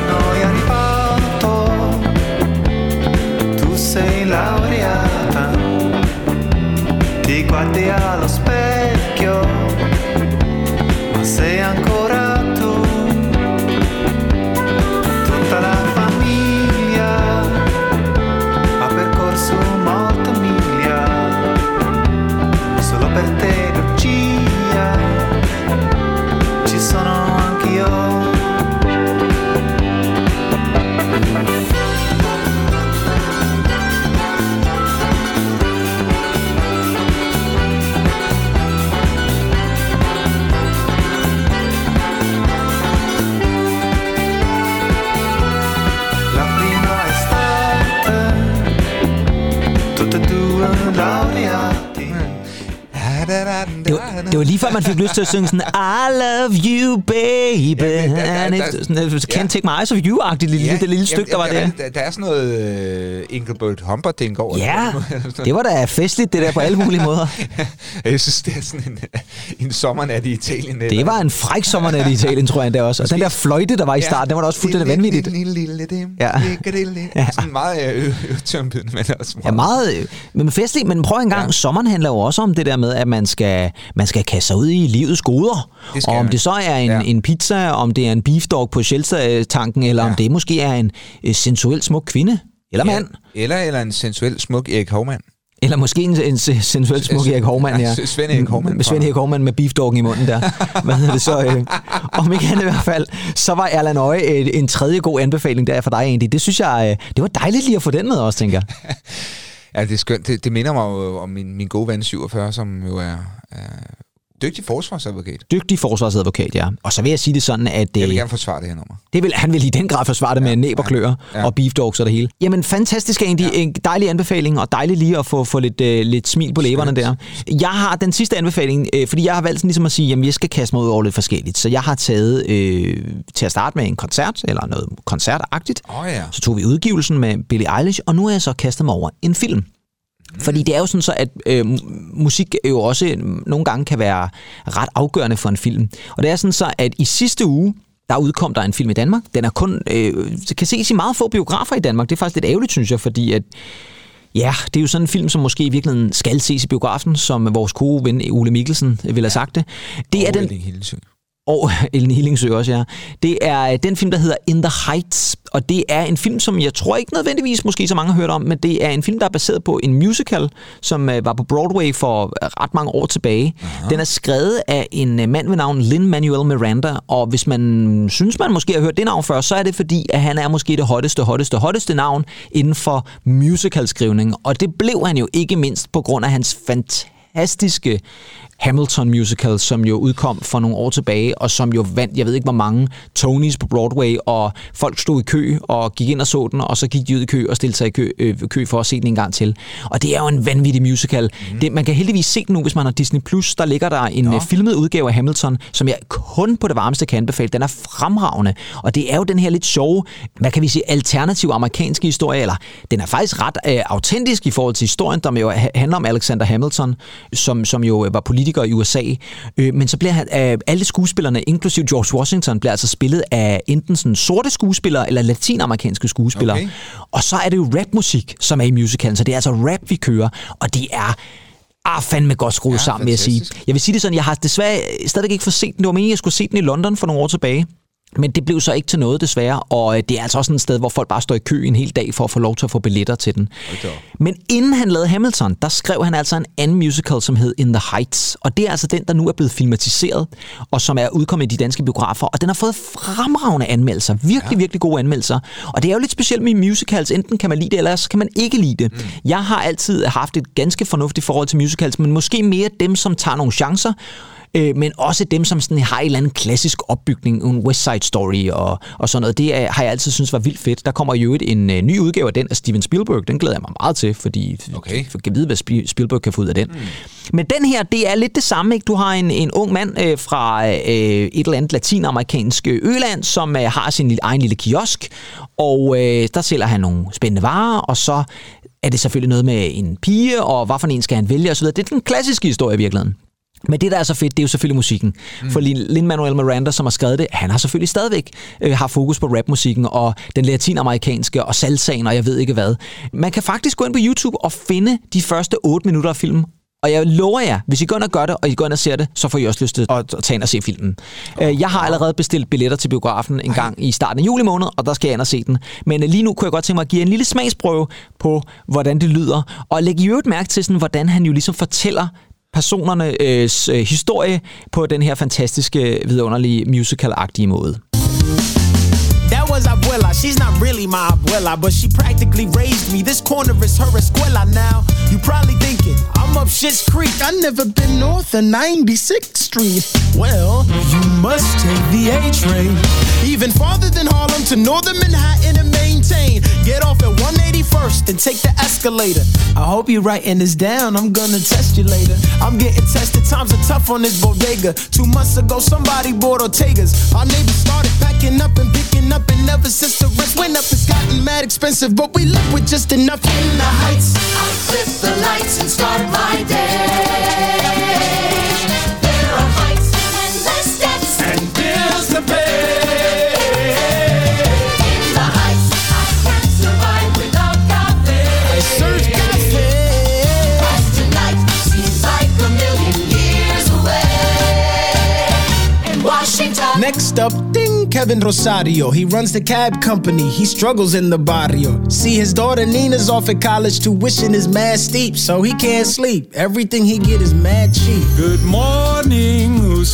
Tu sei laureata, ti guardi allo specchio, ma sei ancora tu. Tutta la famiglia ha percorso molte miglia solo per te, Lucia, ci sono anch'io. Det var lige før, man fik lyst til at synge sådan I love you, baby. Can't take my eyes off you-agtigt det lille stykke, der var der. Der er sådan noget Engelbert Humperdinck over. Ja, det var da festligt, det der på alle mulige måder. Jeg synes, det er sådan en sommernat i Italien. Det var en fræk sommernat i Italien, tror jeg endda også. Og den der fløjte, der var i starten, den var da også fuldstændig vanvittigt. Sådan meget øretømpende, men også meget... Ja, meget men festligt, men prøv en gang, sommeren handler jo også om det der med, at man skal kaste sig ud i livets goder. Og om det så er en pizza, om det er en beef dog på Shelter-tanken, eller om det måske er en sensuel smuk kvinde, eller mand. Eller en sensuel smuk Erik Hovmand. Eller måske en sensuel smuk Erik Hovmand, ja. Svend Erik Hovmand. Svend Erik Hovmand med beefdoggen i munden der. Hvad hedder det så? Om ikke andet i hvert fald, så var Ella Neu en tredje god anbefaling der for dig egentlig. Det synes jeg, det var dejligt lige at få den med også, tænker jeg. Ja, det er skønt. Det minder mig jo om min gode ven 47, som jo er dygtig forsvarsadvokat. Dygtig forsvarsadvokat, ja. Og så vil jeg sige det sådan, at... Jeg vil gerne forsvare det her nummer. Han vil i den grad forsvare det med næb og kløer og beef dogs og det hele. Jamen, fantastisk egentlig. En dejlig anbefaling, og dejligt lige at få lidt smil på læberne der. Jeg har den sidste anbefaling, fordi jeg har valgt sådan ligesom at sige, jamen, jeg skal kaste mig ud over lidt forskelligt. Så jeg har taget til at starte med en koncert, eller noget koncertagtigt. Så tog vi udgivelsen med Billie Eilish, og nu er jeg så kastet mig over en film. Fordi det er jo sådan så, at musik jo også nogle gange kan være ret afgørende for en film. Og det er sådan så, at i sidste uge, der udkom der en film i Danmark. Den er kun, kan ses i meget få biografer i Danmark. Det er faktisk lidt ærgerligt, synes jeg, fordi at ja, det er jo sådan en film, som måske i virkeligheden skal ses i biografen, som vores gode ven Ole Mikkelsen ville have sagt det. Det er den... Og Ellen Hillingsø også, ja. Det er den film, der hedder In the Heights, og det er en film, som jeg tror ikke nødvendigvis måske så mange har hørt om, men det er en film, der er baseret på en musical, som var på Broadway for ret mange år tilbage. Aha. Den er skrevet af en mand ved navn Lin-Manuel Miranda, og hvis man synes, man måske har hørt det navn før, så er det fordi, at han er måske det hotteste navn inden for musicalskrivning, og det blev han jo ikke mindst på grund af hans fantastiske Hamilton musical, som jo udkom for nogle år tilbage, og som jo vandt, jeg ved ikke hvor mange Tonys på Broadway, og folk stod i kø og gik ind og så den, og så gik de ud i kø og stillede sig i kø for at se den en gang til. Og det er jo en vanvittig musical. Man kan heldigvis se den nu, hvis man har Disney+. Der ligger der en filmet udgave af Hamilton, som jeg kun på det varmeste kan anbefale. Den er fremragende, og det er jo den her lidt sjove, hvad kan vi sige, alternativ amerikanske historie, eller den er faktisk ret autentisk i forhold til historien, der jo handler om Alexander Hamilton, som jo var politiker i USA, men så bliver alle skuespillerne, inklusive George Washington, bliver altså spillet af enten sådan sorte skuespillere eller latinamerikanske skuespillere. Okay. Og så er det jo rapmusik, som er i musicalen, så det er altså rap, vi kører, og det er fandme godt skruet sammen, vil jeg sige. Jeg vil sige det sådan, jeg har desværre stadig ikke fået set den. Det var meningen, jeg skulle se den i London for nogle år tilbage. Men det blev så ikke til noget, desværre, og det er altså også et sted, hvor folk bare står i kø en hel dag for at få lov til at få billetter til den. Okay. Men inden han lavede Hamilton, der skrev han altså en anden musical, som hed In the Heights, og det er altså den, der nu er blevet filmatiseret, og som er udkommet i de danske biografer, og den har fået fremragende anmeldelser, virkelig gode anmeldelser, og det er jo lidt specielt med musicals, enten kan man lide det, eller så kan man ikke lide det. Jeg har altid haft et ganske fornuftigt forhold til musicals, men måske mere dem, som tager nogle chancer, men også dem, som sådan har en eller anden klassisk opbygning, en West Side Story og sådan noget. Det har jeg altid synes var vildt fedt. Der kommer jo en ny udgave af den af Steven Spielberg. Den glæder jeg mig meget til, fordi jeg kan vide, hvad Spielberg kan få ud af den. Men den her, det er lidt det samme, ikke? Du har en ung mand fra et eller andet latinamerikansk øland, som har sin egen lille kiosk, og der sælger han nogle spændende varer, og så er det selvfølgelig noget med en pige, og hvad for en skal han vælge, og så videre. Det er den klassiske historie i virkeligheden. Men det, der er så fedt, det er jo selvfølgelig musikken. For Lin-Manuel Miranda, som har skrevet det, han har selvfølgelig stadigvæk har fokus på rapmusikken og den latinamerikanske og salsaen, og jeg ved ikke hvad. Man kan faktisk gå ind på YouTube og finde de første 8 minutter af filmen. Og jeg lover jer, hvis I går ind og gør det, og I går ind og ser det, så får I også lyst til at tage ind og se filmen. Jeg har allerede bestilt billetter til biografen en gang i starten af juli måned, og der skal jeg ind og se den. Men lige nu kunne jeg godt tænke mig at give en lille smagsprøve på, hvordan det lyder. Og lægge i øvrigt mærke til, sådan, hvordan han jo ligesom fortæller personernes historie på den her fantastiske, vidunderlige musical-agtige måde. That was Abuela. She's not really my abuela, but she practically raised me. This corner is her escuela now. You probably thinking, I'm up Schitt's Creek. I never been north of 96th Street. Well, you must take the A train. Even farther than Harlem to northern Manhattan and maintain. Get off at 181st and take the escalator. I hope you're writing this down. I'm gonna test you later. I'm getting tested. Times are tough on this bodega. 2 months ago, somebody bought Ortega's. Our neighbors started packing up and picking up, and ever since the rent went up, it's gotten mad expensive, but we live with just enough. In the heights, I flip the lights and start my day. There are heights and less steps and bills to pay. In the heights, I can't survive without cafe. I search cafe. As tonight seems like a million years away. In Washington. Next up, ding. Kevin Rosario, he runs the cab company, he struggles in the barrio. See, his daughter Nina's off at college, tuition is mad steep, so he can't sleep. Everything he get is mad cheap. Good morning,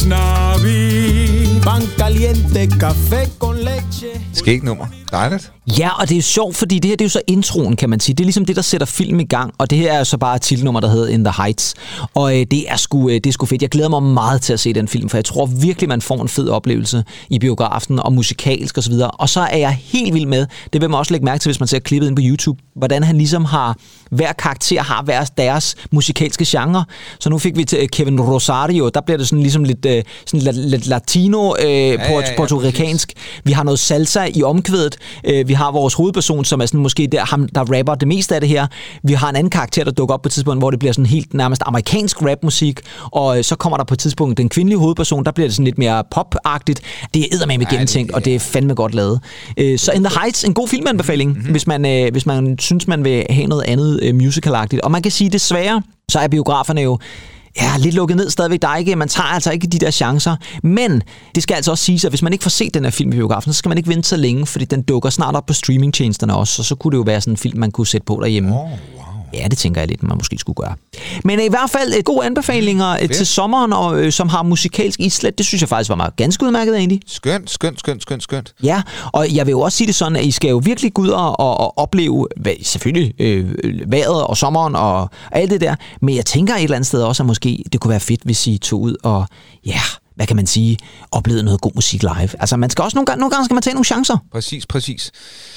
Usnavi. Pan caliente, café con leche. Skægt nummer. Dejligt. Ja, og det er jo sjovt, fordi det her, det er jo så introen, kan man sige. Det er ligesom det, der sætter film i gang, og det her er jo så bare et titelnummer, der hedder In the Heights. Og det er sgu fedt. Jeg glæder mig meget til at se den film, for jeg tror virkelig, man får en fed oplevelse i biografen, og musikalsk osv. Og så er jeg helt vild med, det vil man også lægge mærke til, hvis man ser klippet ind på YouTube, hvordan han ligesom har, hver karakter har deres musikalske genre. Så nu fik vi til Kevin Rosario, der bliver det sådan ligesom lidt latino, portorikansk. Vi har noget salsa i omkvædet. Vi har vores hovedperson, som er sådan måske ham, der rapper det meste af det her. Vi har en anden karakter, der dukker op på et tidspunkt, hvor det bliver sådan helt nærmest amerikansk rapmusik, og så kommer der på et tidspunkt den kvindelige hovedperson, der bliver det sådan lidt mere pop-agtigt. Det er eddermame gennemtænkt, og det er fandme godt lavet. Så In the Heights, en god filmanbefaling, hvis man synes, man vil have noget andet musicalagtigt. Og man kan sige, desværre, så er biograferne jo lidt lukket ned stadigvæk. Man tager altså ikke de der chancer. Men det skal altså også siges, at hvis man ikke får set den her film i biografen, så skal man ikke vente så længe, fordi den dukker snart op på streamingtjenesterne også, og så kunne det jo være sådan en film, man kunne sætte på derhjemme. Ja, det tænker jeg lidt, man måske skulle gøre. Men i hvert fald gode anbefalinger til sommeren, og, som har musikalsk islet. Det synes jeg faktisk var meget ganske udmærket egentlig. Skønt. Ja, og jeg vil jo også sige det sådan, at I skal jo virkelig gå ud og opleve, selvfølgelig vejret og sommeren og alt det der. Men jeg tænker et eller andet sted også, at måske det kunne være fedt, hvis I tog ud og, hvad kan man sige, oplevede noget god musik live. Altså man skal også nogle gange skal man tage nogle chancer. Præcis.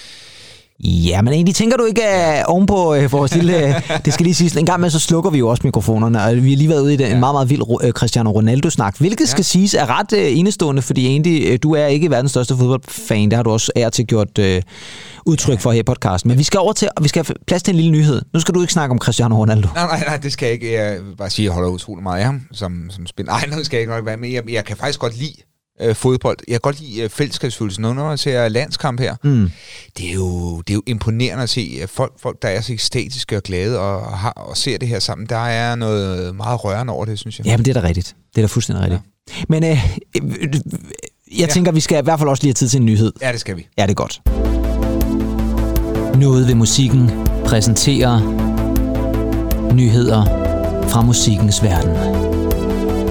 Ja, men egentlig tænker du ikke ovenpå vores lille... Det skal lige siges, en gang med, så slukker vi jo også mikrofonerne, og vi har lige været ude i en meget, meget vild Cristiano Ronaldo-snak, hvilket skal siges er ret enestående, fordi egentlig, du er ikke verdens største fodboldfan, det har du også til gjort udtryk for her i podcasten. Men vi skal have plads til en lille nyhed. Nu skal du ikke snakke om Cristiano Ronaldo. Nej, det skal jeg ikke. Jeg vil bare sige, at jeg holder utrolig meget af ham som spiller. Nej, nu skal jeg ikke nok være med. Jeg kan faktisk godt lide fodbold. Jeg kan godt lide fællesskabsfølelsen. Når jeg ser landskamp her, det er jo imponerende at se folk, der er så ekstatiske og glade og ser det her sammen. Der er noget meget rørende over det, synes jeg. Jamen, det er da rigtigt. Det er da fuldstændig rigtigt. Ja. Men jeg tænker, vi skal i hvert fald også lige have tid til en nyhed. Ja, det skal vi. Ja, det er godt. Noget ved musikken præsenterer nyheder fra musikkens verden.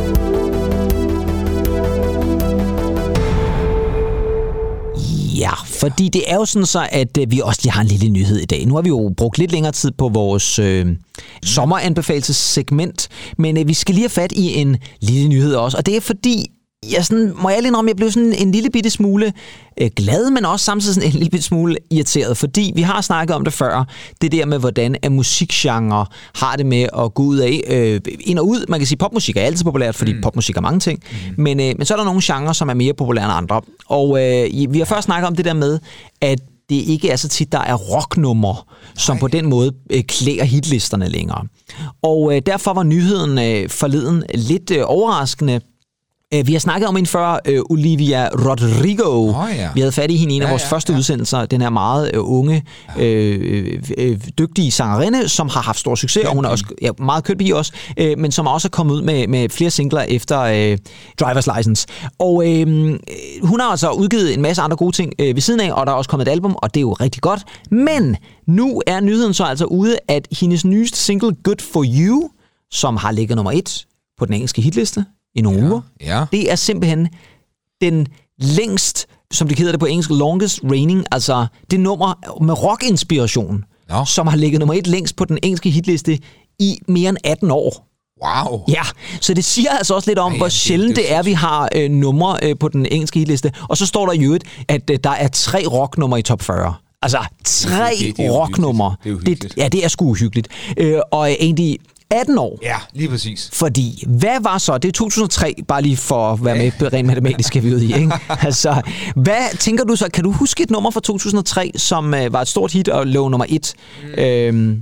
Ja, Fordi det er jo sådan så, at vi også lige har en lille nyhed i dag. Nu har vi jo brugt lidt længere tid på vores sommeranbefalelsessegment, men vi skal lige have fat i en lille nyhed også. Og det er fordi, må jeg lige indrømme, jeg blev sådan en lille bitte smule glad, men også samtidig sådan en lille bitte smule irriteret, fordi vi har snakket om det før, det der med, hvordan musikgenre har det med at gå ud af, ind og ud. Man kan sige, popmusik er altid populært, fordi popmusik er mange ting, men så er der nogle genrer, som er mere populære end andre. Og vi har først snakket om det der med, at det ikke er så tit, der er rocknumre, som på den måde klæder hitlisterne længere. Og derfor var nyheden forleden lidt overraskende. Vi har snakket om hende før, Olivia Rodrigo. Ja. Vi havde fat i hende i en af vores første udsendelser. Den her meget unge, dygtige sangerinde, som har haft stor succes, og hun er også meget kønpige også, men som også er kommet ud med flere singler efter Driver's License. Og hun har altså udgivet en masse andre gode ting ved siden af, og der er også kommet et album, og det er jo rigtig godt. Men nu er nyheden så altså ude, at hendes nyeste single, Good For You, som har ligget nummer 1 på den engelske hitliste i nogle uger. Ja. Det er simpelthen den længst, som det hedder det på engelsk, longest reigning, altså det nummer med rock-inspiration, som har ligget nummer 1 længst på den engelske hitliste i mere end 18 år. Wow. Ja, så det siger altså også lidt om, hvor sjældent det er, vi har numre på den engelske hitliste. Og så står der jo, at der er 3 rocknumre i top 40. Altså 3 rocknumre. Det er sgu uhyggeligt. Og egentlig 18 år. Ja, lige præcis. Fordi, hvad var så? Det er 2003, bare lige for at være med rent matematisk, skal vi ud i, ikke? Altså, hvad tænker du så? Kan du huske et nummer fra 2003, som var et stort hit og lå nummer 1?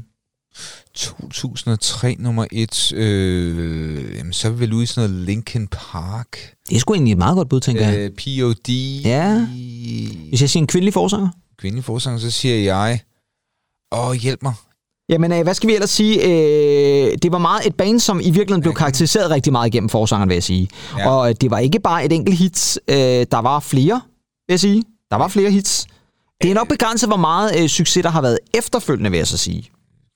2003 nummer 1, så er vi vel ude i sådan noget Linkin Park. Det er sgu egentlig et meget godt bud, tænker jeg. P.O.D. Ja. Hvis jeg siger en kvindelig forsanger? Kvindelig forsanger, så siger jeg, hjælp mig. Jamen, hvad skal vi ellers sige? Det var meget et band, som i virkeligheden blev karakteriseret rigtig meget igennem forsangeren, vil jeg sige. Ja. Og det var ikke bare et enkelt hit. Der var flere, vil jeg sige. Der var flere hits. Det er nok begrænset, hvor meget succes der har været efterfølgende, vil jeg så sige.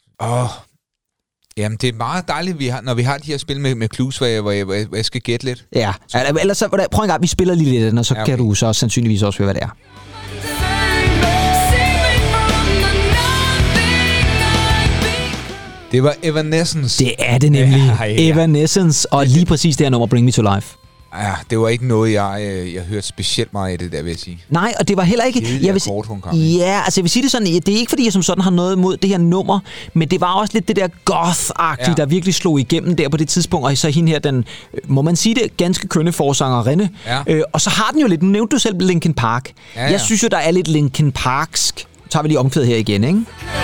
Jamen, det er meget dejligt, når vi har de her spil med clues, hvor jeg skal gætte lidt. Ja, ellers prøv en gang, vi spiller lige lidt, og så kan du så sandsynligvis også høre, hvad det er. Det var Evanescence. Det er det nemlig. Evanescence, og lige præcis det her nummer, Bring Me To Life. Ja, det var ikke noget, jeg hørte specielt meget af det der, vil jeg sige. Nej, og det var heller ikke... Jeg vil sige det sådan, det er ikke fordi, jeg som sådan har noget imod det her nummer, men det var også lidt det der goth-agtige, der virkelig slog igennem der på det tidspunkt, og så hende her, den, må man sige det, ganske kønne forsangerinde. Ja. Og så har den jo lidt, nu nævnte du selv Linkin Park. Ja. Jeg synes jo, der er lidt Linkin Parksk. Så tager vi lige omkvædet her igen, ikke?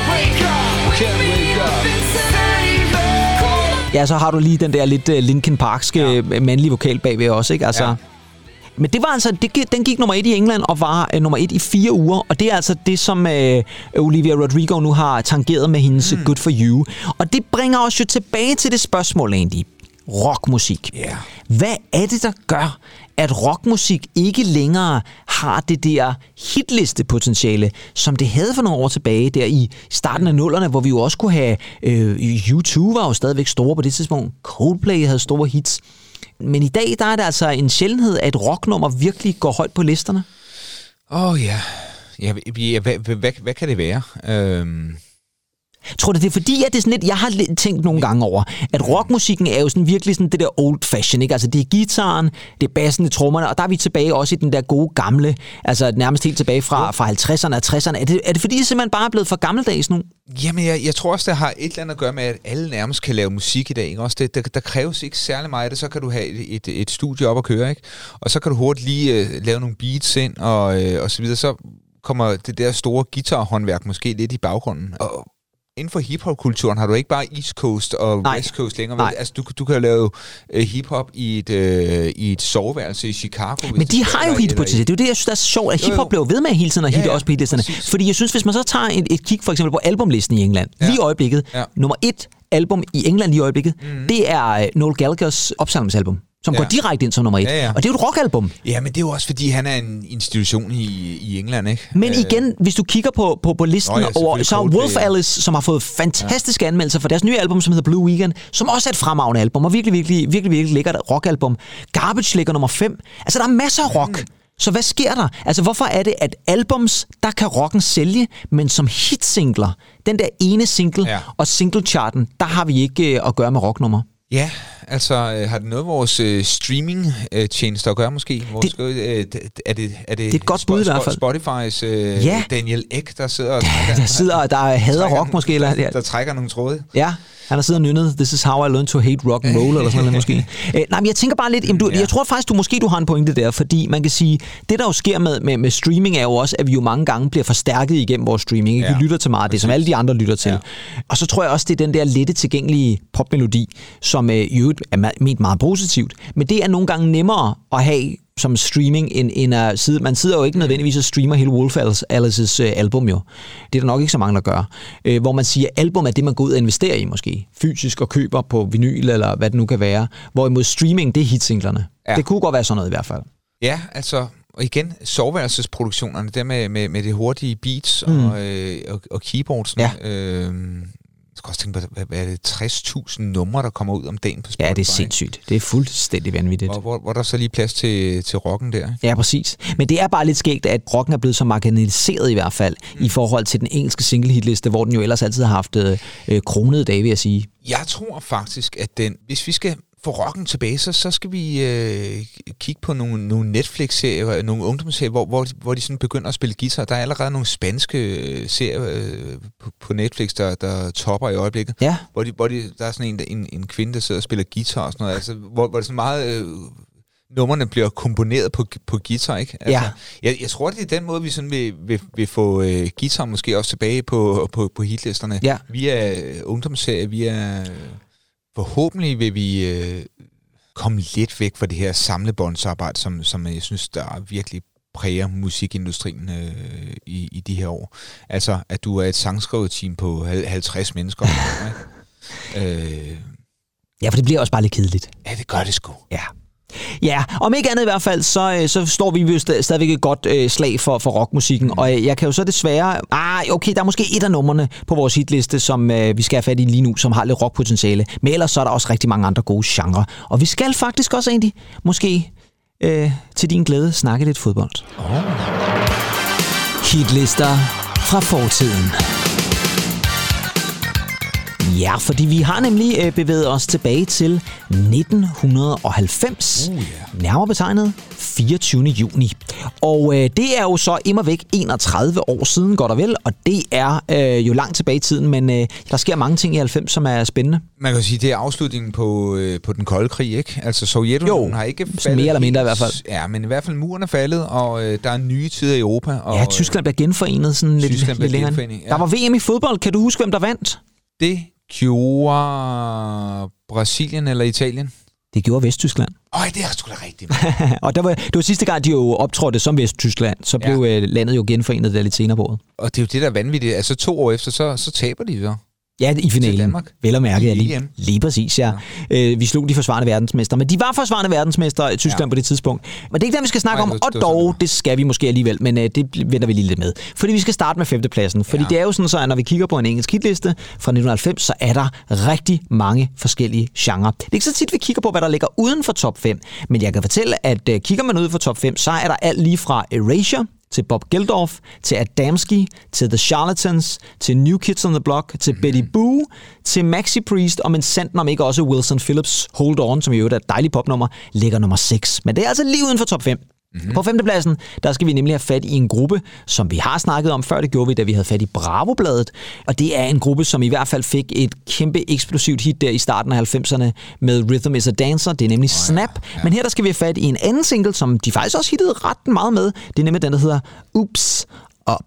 Ja, så har du lige den der lidt Linkin Parkske mandlige vokal bagved også, ikke? Altså, ja. Men det var altså, den gik nummer 1 i England og var nummer 1 i 4 uger, og det er altså det, som Olivia Rodrigo nu har tangeret med hendes Good For You. Og det bringer os jo tilbage til det spørgsmål egentlig. Rockmusik. Yeah. Hvad er det, der gør, at rockmusik ikke længere har det der hitlistepotentiale, som det havde for nogle år tilbage, der i starten af 00'erne, hvor vi jo også kunne have... U2 var jo stadigvæk store på det tidspunkt. Coldplay havde store hits. Men i dag, der er det altså en sjældenhed, at et rocknummer virkelig går højt på listerne. Hvad kan det være? Tror du, det er fordi, at det er sådan lidt, jeg har tænkt nogle gange over, at rockmusikken er jo sådan virkelig sådan det der old fashion, ikke? Altså det er gitaren, det er bassen, det er trommerne, og der er vi tilbage også i den der gode gamle, altså nærmest helt tilbage fra 50'erne og 60'erne. Er det fordi, det simpelthen bare er blevet for gammeldags nu? Jamen, jeg tror også, det har et eller andet at gøre med, at alle nærmest kan lave musik i dag, ikke? Også der kræves ikke særlig meget af det, så kan du have et studie op at køre, ikke? Og så kan du hurtigt lige lave nogle beats ind, og så videre, så kommer det der store guitarhåndværk måske lidt i baggrunden. Og inden for hiphop-kulturen har du ikke bare East Coast og West Coast længere. Altså, du kan lave hiphop i et soveværelse i Chicago. Men de har jo hitpotentiale. Det er jo det, jeg synes, der er så sjovt, at hiphop blev ved med hele tiden at hitte også på hitlisterne. Fordi jeg synes, hvis man så tager et kig for eksempel på albumlisten i England, lige i øjeblikket, nummer 1 album i England lige i øjeblikket, det er Noel Gallaghers opsamlingsalbum, som går direkte ind som nummer 1. Ja. Og det er jo et rockalbum. Ja, men det er jo også, fordi han er en institution i England, ikke? Men igen, hvis du kigger på listen over, så er Wolf Alice, som har fået fantastiske anmeldelser for deres nye album, som hedder Blue Weekend, som også er et fremragende album, og virkelig lækkert rockalbum. Garbage ligger nummer 5. Altså, der er masser af rock, Så hvad sker der? Altså, hvorfor er det, at albums, der kan rocken sælge, men som hitsingler, den der ene single og singlecharten, der har vi ikke at gøre med rocknummer? Ja, altså har det noget med vores streaming-tjenester at gøre måske? Er det et godt bud i hvert fald. Spotify's Daniel Ek, der sidder og der hader rock måske. Der trækker nogle tråde. Ja, han har siddet og nynnet This is how I learned to hate rock and roll, eller sådan noget måske. Nej, men jeg tænker bare lidt, jeg tror faktisk, du har en pointe der, fordi man kan sige, det der jo sker med streaming er jo også, at vi jo mange gange bliver forstærket igennem vores streaming. Ikke? Vi lytter til meget af det, som alle de andre lytter til. Ja. Og så tror jeg også, det er den der lette tilgængelige popmelodi, som i øvrigt er ment meget positivt. Men det er nogle gange nemmere at have som streaming, end at sidde. Man sidder jo ikke nødvendigvis og streamer hele Wolf Alice's album jo. Det er der nok ikke så mange, der gør. Hvor man siger, at album er det, man går ud og investerer i måske. Fysisk og køber på vinyl, eller hvad det nu kan være. Hvorimod streaming, det er hitsinglerne. Ja. Det kunne godt være sådan noget i hvert fald. Ja, altså, og igen, soveværelsesproduktionerne, der med det hurtige beats og keyboards. Ja. Jeg skal også tænke på, hvad er det, 60.000 numre, der kommer ud om dagen på Spotify? Ja, det er sindssygt. Det er fuldstændig vanvittigt. Hvor der så lige plads til rocken der? Ja, præcis. Men det er bare lidt skægt, at rocken er blevet så marginaliseret i hvert fald, i forhold til den engelske single-hitliste, hvor den jo ellers altid har haft kronede dage, vil jeg sige. Jeg tror faktisk, at hvis vi skal få rocken tilbage, så skal vi kigge på nogle Netflix-serier, nogle ungdomsserier, hvor de sådan begynder at spille guitar. Der er allerede nogle spanske serier på Netflix, der topper i øjeblikket. Ja. Hvor der er sådan en kvinde, der sidder og spiller guitar og sådan noget. Altså, hvor det sådan meget numrene bliver komponeret på guitar, ikke? Altså, jeg tror, det er den måde, vi sådan vil få guitar måske også tilbage på hitlisterne. Ja. Via ungdomsserier, via... Forhåbentlig vil vi komme lidt væk fra det her samlebåndsarbejde, som jeg synes, der virkelig præger musikindustrien i de her år. Altså, at du er et sangskriverteam på 50 mennesker. Ja, for det bliver også bare lidt kedeligt. Ja, det gør det sgu. Ja. Ja, om ikke andet i hvert fald, så står vi jo stadigvæk et godt slag for rockmusikken, og jeg kan jo så desværre... okay, der er måske et af numrene på vores hitliste, som vi skal have fat i lige nu, som har lidt rockpotentiale, men ellers så er der også rigtig mange andre gode genrer. Og vi skal faktisk også egentlig, måske til din glæde, snakke lidt fodbold. Hitlister fra fortiden. Ja, fordi vi har nemlig bevæget os tilbage til 1990. Nærmere betegnet 24. juni. Og det er jo så immervæk 31 år siden, godt og vel. Og det er jo langt tilbage i tiden, men der sker mange ting i 90, som er spændende. Man kan sige, det er afslutningen på den kolde krig, ikke? Altså Sovjetunionen har ikke faldet... mere eller mindre i hvert fald. Ja, men i hvert fald muren er faldet, og der er nye tider i Europa. Og, ja, Tyskland bliver genforenet sådan lidt længere. Ja. Der var VM i fodbold. Kan du huske, hvem der vandt? Det gjorde Brasilien eller Italien? Det gjorde Vesttyskland. Det er sgu da rigtigt. Og det var sidste gang, de jo optrådte som Vesttyskland. Så blev landet jo genforenet der lidt senere på året. Og det er jo det, der er vanvittigt. Altså 2 år efter, så taber de så. Ja, i finalen. Vel at mærke, lige præcis, ja. Vi slog de forsvarende verdensmester, men de var forsvarende verdensmester i Tyskland på det tidspunkt. Men det er ikke det, vi skal snakke om, og dog, det skal vi måske alligevel, men det vender vi lige lidt med. Fordi vi skal starte med 5. pladsen, fordi det er jo sådan så, at når vi kigger på en engelsk hitliste fra 1990, så er der rigtig mange forskellige genrer. Det er ikke så tit, vi kigger på, hvad der ligger uden for top 5, men jeg kan fortælle, at kigger man ud for top 5, så er der alt lige fra Erasure, til Bob Geldof, til Adamski, til The Charlatans, til New Kids on the Block, til Betty Boo, til Maxi Priest, og men sandt om ikke også Wilson Phillips Hold On, som i øvrigt er et dejligt popnummer, ligger nummer 6. Men det er altså lige uden for top 5. På 5. pladsen, der skal vi nemlig have fat i en gruppe, som vi har snakket om før, det gjorde vi, da vi havde fat i Bravo-bladet. Og det er en gruppe, som i hvert fald fik et kæmpe eksplosivt hit der i starten af 90'erne med Rhythm is a Dancer. Det er nemlig Snap. Men her der skal vi have fat i en anden single, som de faktisk også hittede ret meget med. Det er nemlig den, der hedder Oops Up.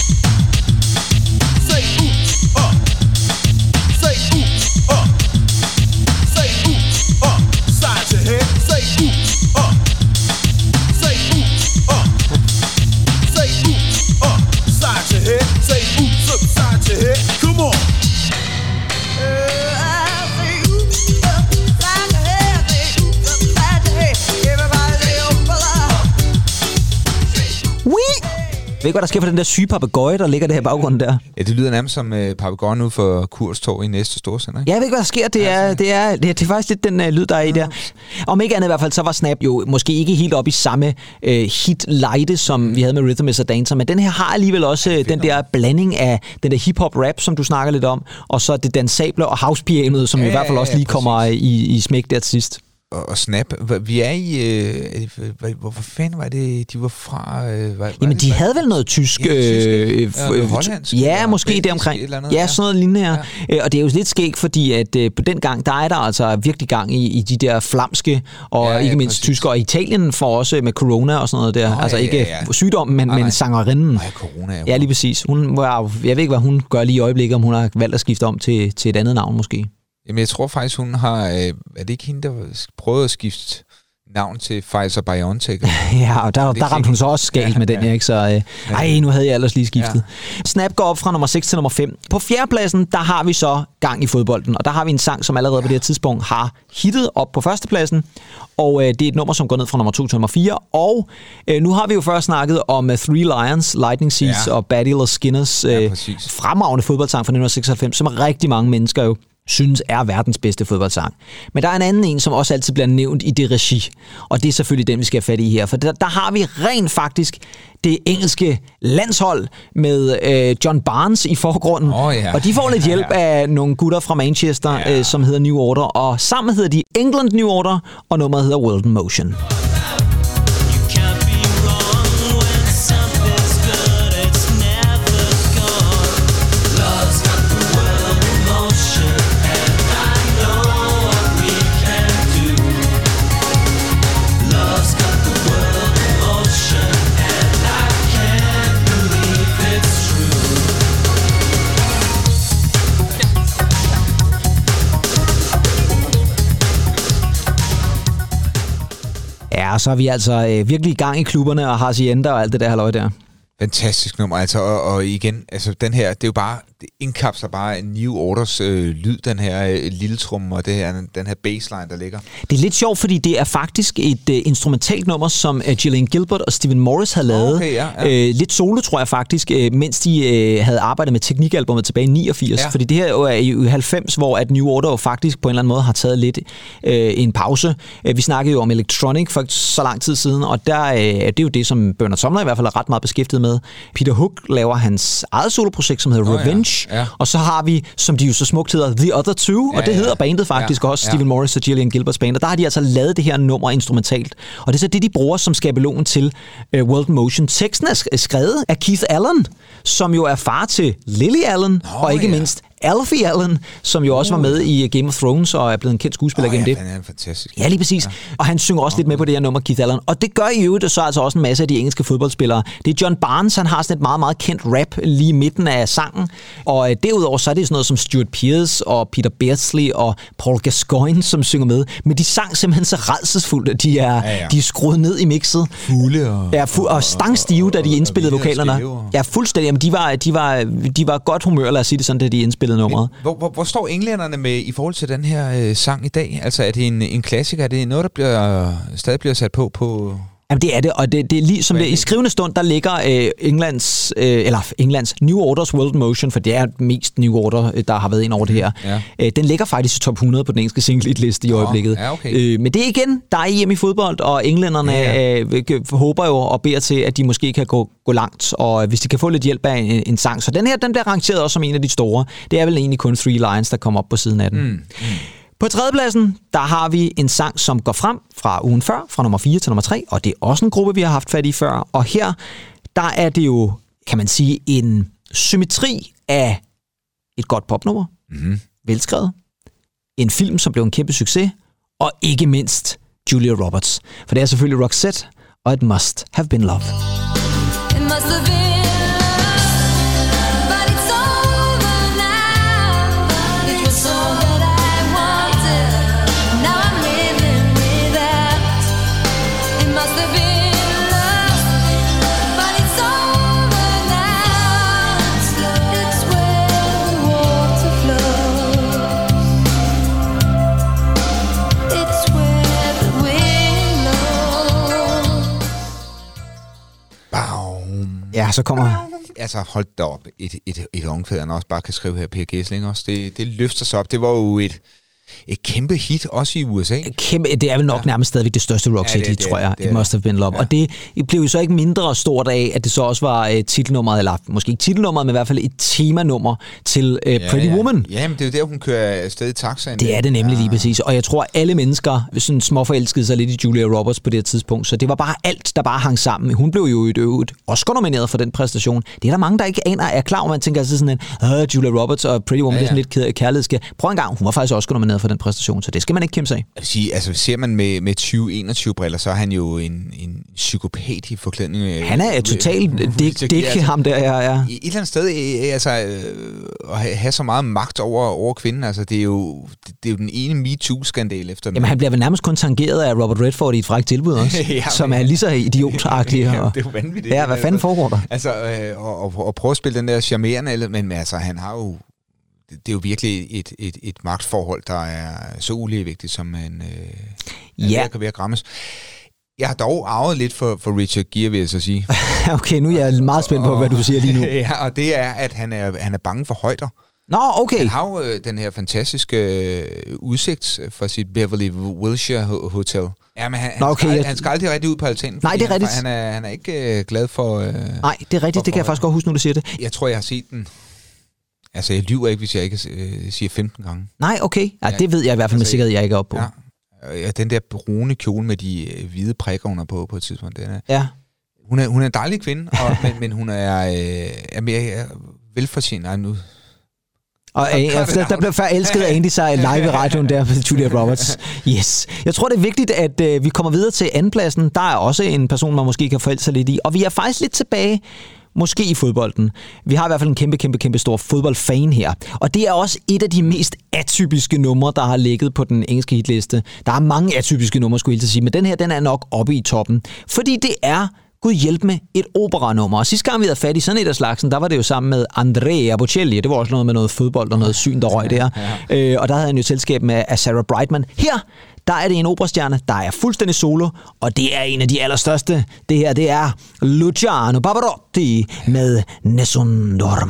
Say oops up. Say oops up. Say oops up. Side to head. Say oops up. Say oops up. Say oops up. Side to head. Say oops up. Side to head. Come on. ikke, hvad der sker for den der syge papegøje, der ligger der i baggrunden der. Ja, det lyder nærmest som papegøjen ud for Kurstorv i næste storsender, ikke? Jeg ved ikke, hvad der sker. Det er faktisk lidt den lyd, der er i der. Om ikke andet i hvert fald, så var Snap jo måske ikke helt op i samme hit-lejde, som vi havde med Rhythm is a Dancer, men den her har alligevel også den der blanding af den der hip-hop-rap, som du snakker lidt om, og så det dansable og house-pianoet, som i hvert fald også lige kommer i smæk der til sidst. Og Snap, vi er i... hvorfor fanden var det, de var fra? Jamen, de havde vel noget tysk... hollandsk? Ja, måske deromkring. Ja, sådan noget lignende her. Ja. Og det er jo lidt skægt, fordi at på den gang, der er der altså virkelig gang i de der flamske, og ikke mindst tysker. Og Italien får også med corona og sådan noget der. Altså ikke sygdommen, men sangerinden. Corona. Ja, lige præcis. Jeg ved ikke, hvad hun gør lige i øjeblikket, om hun har valgt at skifte om til et andet navn måske. Jamen, jeg tror faktisk, hun har... er det ikke hende, der prøvede at skifte navn til Pfizer-BioNTech? Ja, og der ramte hun så også galt med den her, ikke? Så nu havde jeg ellers lige skiftet. Ja. Snap går op fra nummer 6 til nummer 5. På fjerdepladsen, der har vi så gang i fodbolden, og der har vi en sang, som allerede på det her tidspunkt har hittet op på førstepladsen, og det er et nummer, som går ned fra nummer 2 til nummer 4, og nu har vi jo først snakket om Three Lions, Lightning Seeds og Battle of Skinners fremragende fodboldsang fra 1996, som rigtig mange mennesker jo synes er verdens bedste fodboldsang. Men der er en anden en, som også altid bliver nævnt i det regi, og det er selvfølgelig den, vi skal have fat i her, for der har vi rent faktisk det engelske landshold med John Barnes i forgrunden, og de får lidt hjælp af nogle gutter fra Manchester, som hedder New Order, og sammen hedder de England New Order, og nummeret hedder World in Motion. Ja, så er vi altså virkelig i gang i klubberne og hacienda og alt det der halløj der. Fantastisk nummer, altså, og igen, altså den her, det er jo bare, det indkapsler bare New Orders lyd, den her lille trum og det her, den her bassline, der ligger. Det er lidt sjovt, fordi det er faktisk et instrumentalt nummer, som Gillian Gilbert og Stephen Morris havde lavet. Lidt solo, tror jeg faktisk, mens de havde arbejdet med teknikalbummet tilbage i 89. Fordi det her er jo i 90, hvor at New Order jo faktisk på en eller anden måde har taget lidt en pause. Vi snakkede jo om Electronic for så lang tid siden, og der det er jo det, som Bernard Sumner i hvert fald er ret meget beskæftiget med. Peter Hook laver hans eget soloprojekt, som hedder Revenge, og så har vi, som de jo så smukt hedder, The Other Two, og det hedder bandet faktisk også, Stephen Morris og Gillian Gilberts band, og der har de altså lavet det her nummer instrumentalt, og det er så det, de bruger som skabelonen til World in Motion. Teksten er skrevet af Keith Allen, som jo er far til Lily Allen, og ikke mindst Alfie Allen, som jo også var med i Game of Thrones og er blevet en kendt skuespiller gennem det. Han er fantastisk. Ja, lige præcis. Ja. Og han synger også lidt med på det her nummer, Keith Allen. Og det gør jo det så altså også en masse af de engelske fodboldspillere. Det er John Barnes, han har sådan et meget, meget kendt rap lige i midten af sangen. Og derudover så er det sådan noget som Stuart Pearce og Peter Beardsley og Paul Gascoigne, som synger med. Men de sang simpelthen så rædselsfuldt, at de er skruet ned i mixet. Fugle og stangstive, da de indspillede vokalerne. Ja, fuldstændig. Jamen, de var godt humør, lad os sige det sådan, da de indspillede nummeret. Hvor står englænderne med i forhold til den her sang i dag? Altså er det en klassiker? Er det noget, der stadig bliver sat på? Jamen det er det, og det er lige som det i skrivende stund, der ligger Englands New Orders World in Motion, for det er mest New Order, der har været ind over det her. Ja. Den ligger faktisk i top 100 på den engelske single-liste i øjeblikket. Ja, okay. Men det er igen, der er EM i fodbold, og englænderne håber jo og beder til, at de måske kan gå langt, og hvis de kan få lidt hjælp af en sang. Så den her, den bliver rangeret også som en af de store. Det er vel egentlig kun Three Lions, der kommer op på siden af den. På tredjepladsen, der har vi en sang, som går frem fra ugen før, fra nummer 4 til nummer 3, og det er også en gruppe, vi har haft fat i før. Og her, der er det jo, kan man sige, en symmetri af et godt popnummer, velskrevet, en film, som blev en kæmpe succes, og ikke mindst Julia Roberts. For det er selvfølgelig Roxette, og It Must Have Been Love. It must have been Ja, så kommer... Altså, hold da op. Et omkvæd, han også bare kan skrive her, Per Gessling også. Det løfter sig op. Det var jo et kæmpe hit, også i USA. Kæmpe, det er vel nok nærmest stadigvæk det største Roxette-hit, tror jeg. It Must Have Been Love. Ja. Og det blev jo så ikke mindre stort af, at det så også var titelnummeret, eller måske ikke titelnummeret, men i hvert fald et temanummer til Pretty Woman. Ja, men det er jo der, hun kører afsted i taxaen. Det er det nemlig lige præcis. Og jeg tror, alle mennesker sådan småforelskede sig lidt i Julia Roberts på det her tidspunkt. Så det var bare alt, der bare hang sammen. Hun blev jo et Oscar-nomineret for den præstation. Det er der mange, der ikke aner, er klar over. Man tænker altså sådan en, Julia Roberts og Pretty Woman, det er sådan lidt kærlighedsskab. Prøv en gang, hun var faktisk Oscar-nomineret for den præstation, så det skal man ikke kæmpe sig af. Jeg vil sige, altså ser man med 2021-briller, så er han jo en psykopat i forklædning. Han er totalt dæk ham der, ja. Et eller andet sted, altså, at have så meget magt over kvinden, altså, det er jo den ene MeToo-skandal efter den. Jamen, han bliver vel nærmest kun tangeret af Robert Redford i et frækt tilbud også, som er lige så idiotagtig. Ja, det er jo vanvittigt. Ja, hvad fanden foregår der? Altså, og prøve at spille den der charmerende, men altså, han har jo... Det er jo virkelig et magtforhold, der er så uligevægtigt, som man kan være grammes. Jeg har dog arvet lidt for Richard Gere, vil jeg så sige. Okay, nu er jeg meget spændt på, hvad du siger lige nu. Ja, og det er, at han er bange for højder. Nå, okay. Han har jo den her fantastiske udsigt fra sit Beverly Wilshire Hotel. Ja, men han skal aldrig rigtig ud på altanen. Nej, det er rigtigt. Han er ikke glad for... Nej, det er rigtigt. Det kan jeg faktisk godt huske, nu du siger det. Jeg tror, jeg har set den. Altså, jeg lyver ikke, hvis jeg ikke siger 15 gange. Nej, okay. Ja, det ved jeg i hvert fald med sikkerhed, jeg ikke er oppe på. Ja, den der brune kjole med de hvide prikker under på et tidspunkt. Hun er en dejlig kvinde, men hun er mere velfortjent. Nej, nu... Og der blev før elsket af Andy sig live i radioen der for Julia Roberts. Yes. Jeg tror, det er vigtigt, at vi kommer videre til andenpladsen. Der er også en person, man måske kan forelske sig lidt i. Og vi er faktisk lidt tilbage måske i fodbolden. Vi har i hvert fald en kæmpe stor fodboldfan her. Og det er også et af de mest atypiske numre, der har ligget på den engelske hitliste. Der er mange atypiske numre, skulle jeg til at sige, men den her, den er nok oppe i toppen. Fordi det er, Gud hjælp med, et operanummer. Og sidste gang vi havde fat i sådan et af slagsen, der var det jo sammen med Andrea Bocelli. Det var også noget med noget fodbold og noget syn, der røg der. Og der havde han jo selskab med Sarah Brightman. Her, der er det en operastjerne, der er fuldstændig solo, og det er en af de allerstørste. Det her, det er Luciano Pavarotti med Nessun Dorma.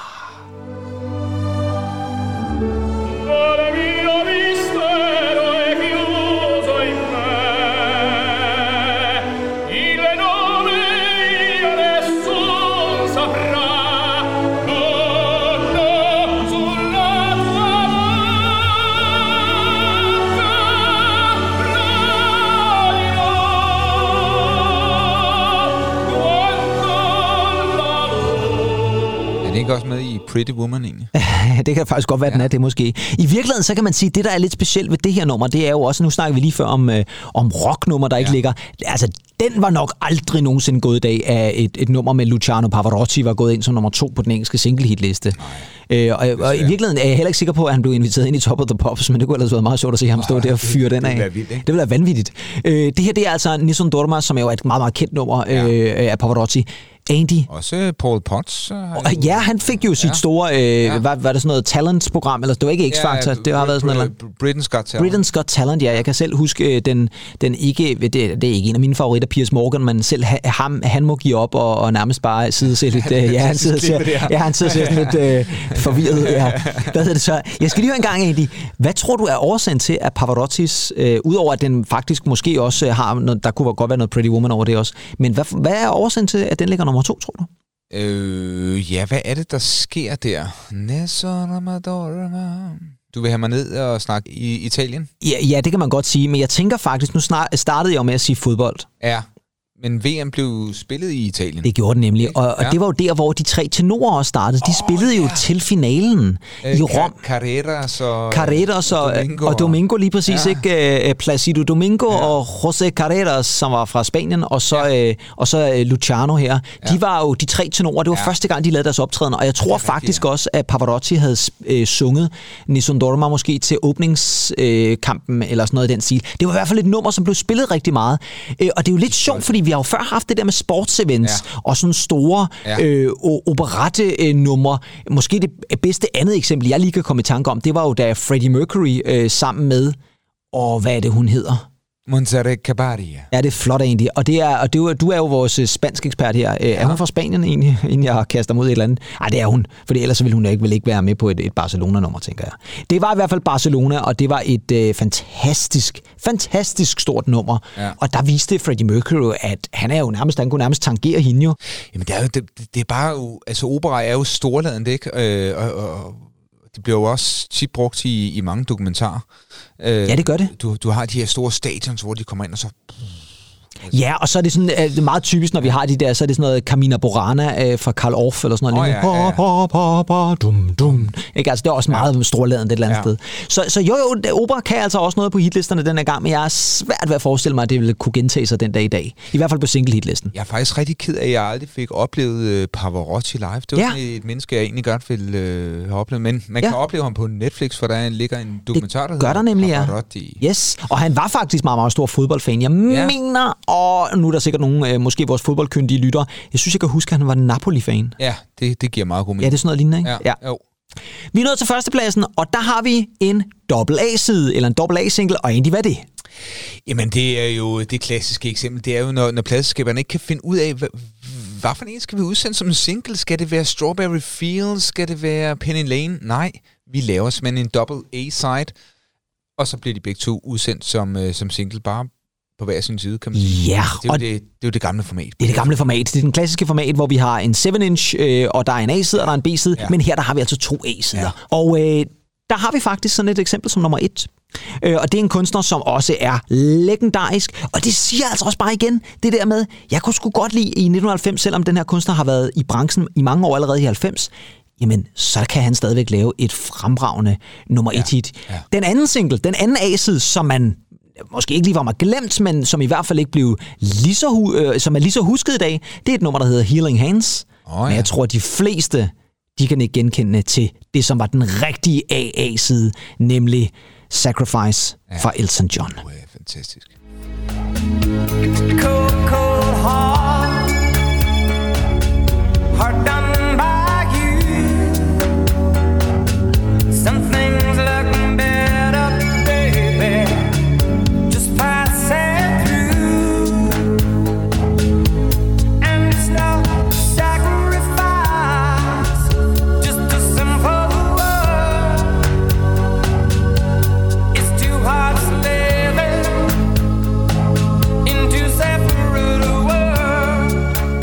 Ikke også med i Pretty Woman egentlig? Det kan faktisk godt være, den er det måske. I virkeligheden, så kan man sige, at det, der er lidt specielt ved det her nummer, det er jo også, nu snakker vi lige før om rocknummer, der ikke ligger. Altså, den var nok aldrig nogensinde gået i dag af et nummer med Luciano Pavarotti, var gået ind som nummer 2 på den engelske single-hitliste. Og i virkeligheden er jeg heller ikke sikker på, at han blev inviteret ind i Top of the Pops, men det kunne ellers være meget sjovt at se ham stå der og fyre den af. Det ville være vanvittigt. Det her, det er altså Nessun Dorma, som er jo et meget, meget kendt nummer af Pavarotti. Andy. Også Paul Potts. Ja, han fik jo sit store, var det sådan noget talent-program, eller det var ikke X-Factor, det har været sådan noget. Britain's Got Talent. Britain's Got Talent, ja. Jeg kan selv huske den ikke, det er ikke en af mine favoritter, Piers Morgan, men selv han må give op og nærmest bare sidde og se lidt, han sidder og ser sådan lidt forvirret. Ja. Hvad hedder det så? Jeg skal lige høre en gang, Andy. Hvad tror du er årsagen til, at Pavarottis, udover at den faktisk måske også har noget, der kunne godt være noget Pretty Woman over det også, men hvad er årsagen til, at den ligger nummer 2, tror du? Ja, hvad er det, der sker der? Du vil have mig ned og snakke i Italien? Ja, det kan man godt sige, men jeg tænker faktisk, nu startede jeg jo med at sige fodbold. Ja, men VM blev spillet i Italien. Det gjorde det nemlig, og det var jo der, hvor de 3 tenorer også startede. De spillede jo til finalen i Rom. Carreras og Domingo lige præcis, ikke? Placido Domingo og José Carreras, som var fra Spanien, og så Luciano her. De var jo de 3 tenorer. Det var første gang, de lavede deres optræden, og jeg tror faktisk også, at Pavarotti havde sunget Nessun Dorma måske til åbningskampen, eller sådan noget i den stil. Det var i hvert fald et nummer, som blev spillet rigtig meget. Og det er jo lidt sjovt, fordi vi har jo før haft det der med sportsevents og sådan store operette-numre. Måske det bedste andet eksempel, jeg lige kan komme i tanke om, det var jo da Freddie Mercury sammen med, hvad er det, hun hedder? Montserrat Caballé. Ja, det er flot egentlig. Og du er jo vores spansk ekspert her. Er hun fra Spanien egentlig, inden jeg kaster mod et eller andet? Nej, det er hun. For ellers ville hun ikke være med på et Barcelona-nummer, tænker jeg. Det var i hvert fald Barcelona, og det var et fantastisk stort nummer. Ja. Og der viste Freddie Mercury, at han kunne nærmest tangere hende jo. Jamen, det er bare jo... Altså, opera er jo storladent, ikke? Og det bliver jo også tit brugt i mange dokumentarer. Ja, det gør det. Du har de her store stadions, hvor de kommer ind, og så... Ja, og så er det sådan det er meget typisk, når vi har de der, så er det sådan noget Carmina Burana fra Karl Orff eller sådan noget. Dum. Ikke, altså det er også meget storladent et eller andet sted. Så jo, opera kan altså også noget på hitlisterne den her gang, men jeg er svært ved at forestille mig, at det ville kunne gentage sig den dag i dag. I hvert fald på single-hitlisten. Jeg er faktisk rigtig ked af, at jeg aldrig fik oplevet Pavarotti live. Det var sådan et menneske, jeg egentlig godt ville have oplevet, men man kan opleve ham på Netflix, for der ligger en dokumentar, der hedder nemlig, Pavarotti. Yes, og han var faktisk meget, meget stor fodboldfan. Jeg mener, og nu er der sikkert nogen, måske vores fodboldkyndige lyttere, jeg synes, jeg kan huske, at han var Napoli-fan. Ja, det giver meget god mening. Ja, det er sådan noget lignende, ikke? Ja. Jo. Vi er nået til førstepladsen, og der har vi en AA-side, eller en AA-single, og egentlig, hvad er det? Jamen, det er jo det klassiske eksempel. Det er jo, når pladseskaberne ikke kan finde ud af, hvad for en skal vi udsende som en single? Skal det være Strawberry Fields? Skal det være Penny Lane? Nej, vi laver simpelthen en A-side, og så bliver de begge to udsendt som single, bare på hver sin side, kan man sige. Ja, det er jo det gamle format. Det er det gamle format. Det er den klassiske format, hvor vi har en 7-inch, og der er en A-side, og der er en B-side, men her der har vi altså 2 A-sider. Ja. Og der har vi faktisk sådan et eksempel som nummer 1. Og det er en kunstner, som også er legendarisk. Og det siger altså også bare igen, det der med, jeg kunne sgu godt lide i 1990, selvom den her kunstner har været i branchen i mange år allerede i 90, jamen, så kan han stadigvæk lave et fremragende nummer 1-hit. Ja. Den anden single, den anden A-side, som man måske ikke lige var mig glemt, men som i hvert fald ikke blev som er lige så husket i dag, det er et nummer, der hedder Healing Hands. Men jeg tror, at de fleste, de kan ikke genkende til det, som var den rigtige AA-side, nemlig Sacrifice fra Elton John. Det er fantastisk. Cold, cold heart, heart done by you. Some things look better, baby. Just pass it through. And it's no sacrifice, just a simple word. It's too hard to live into separate worlds.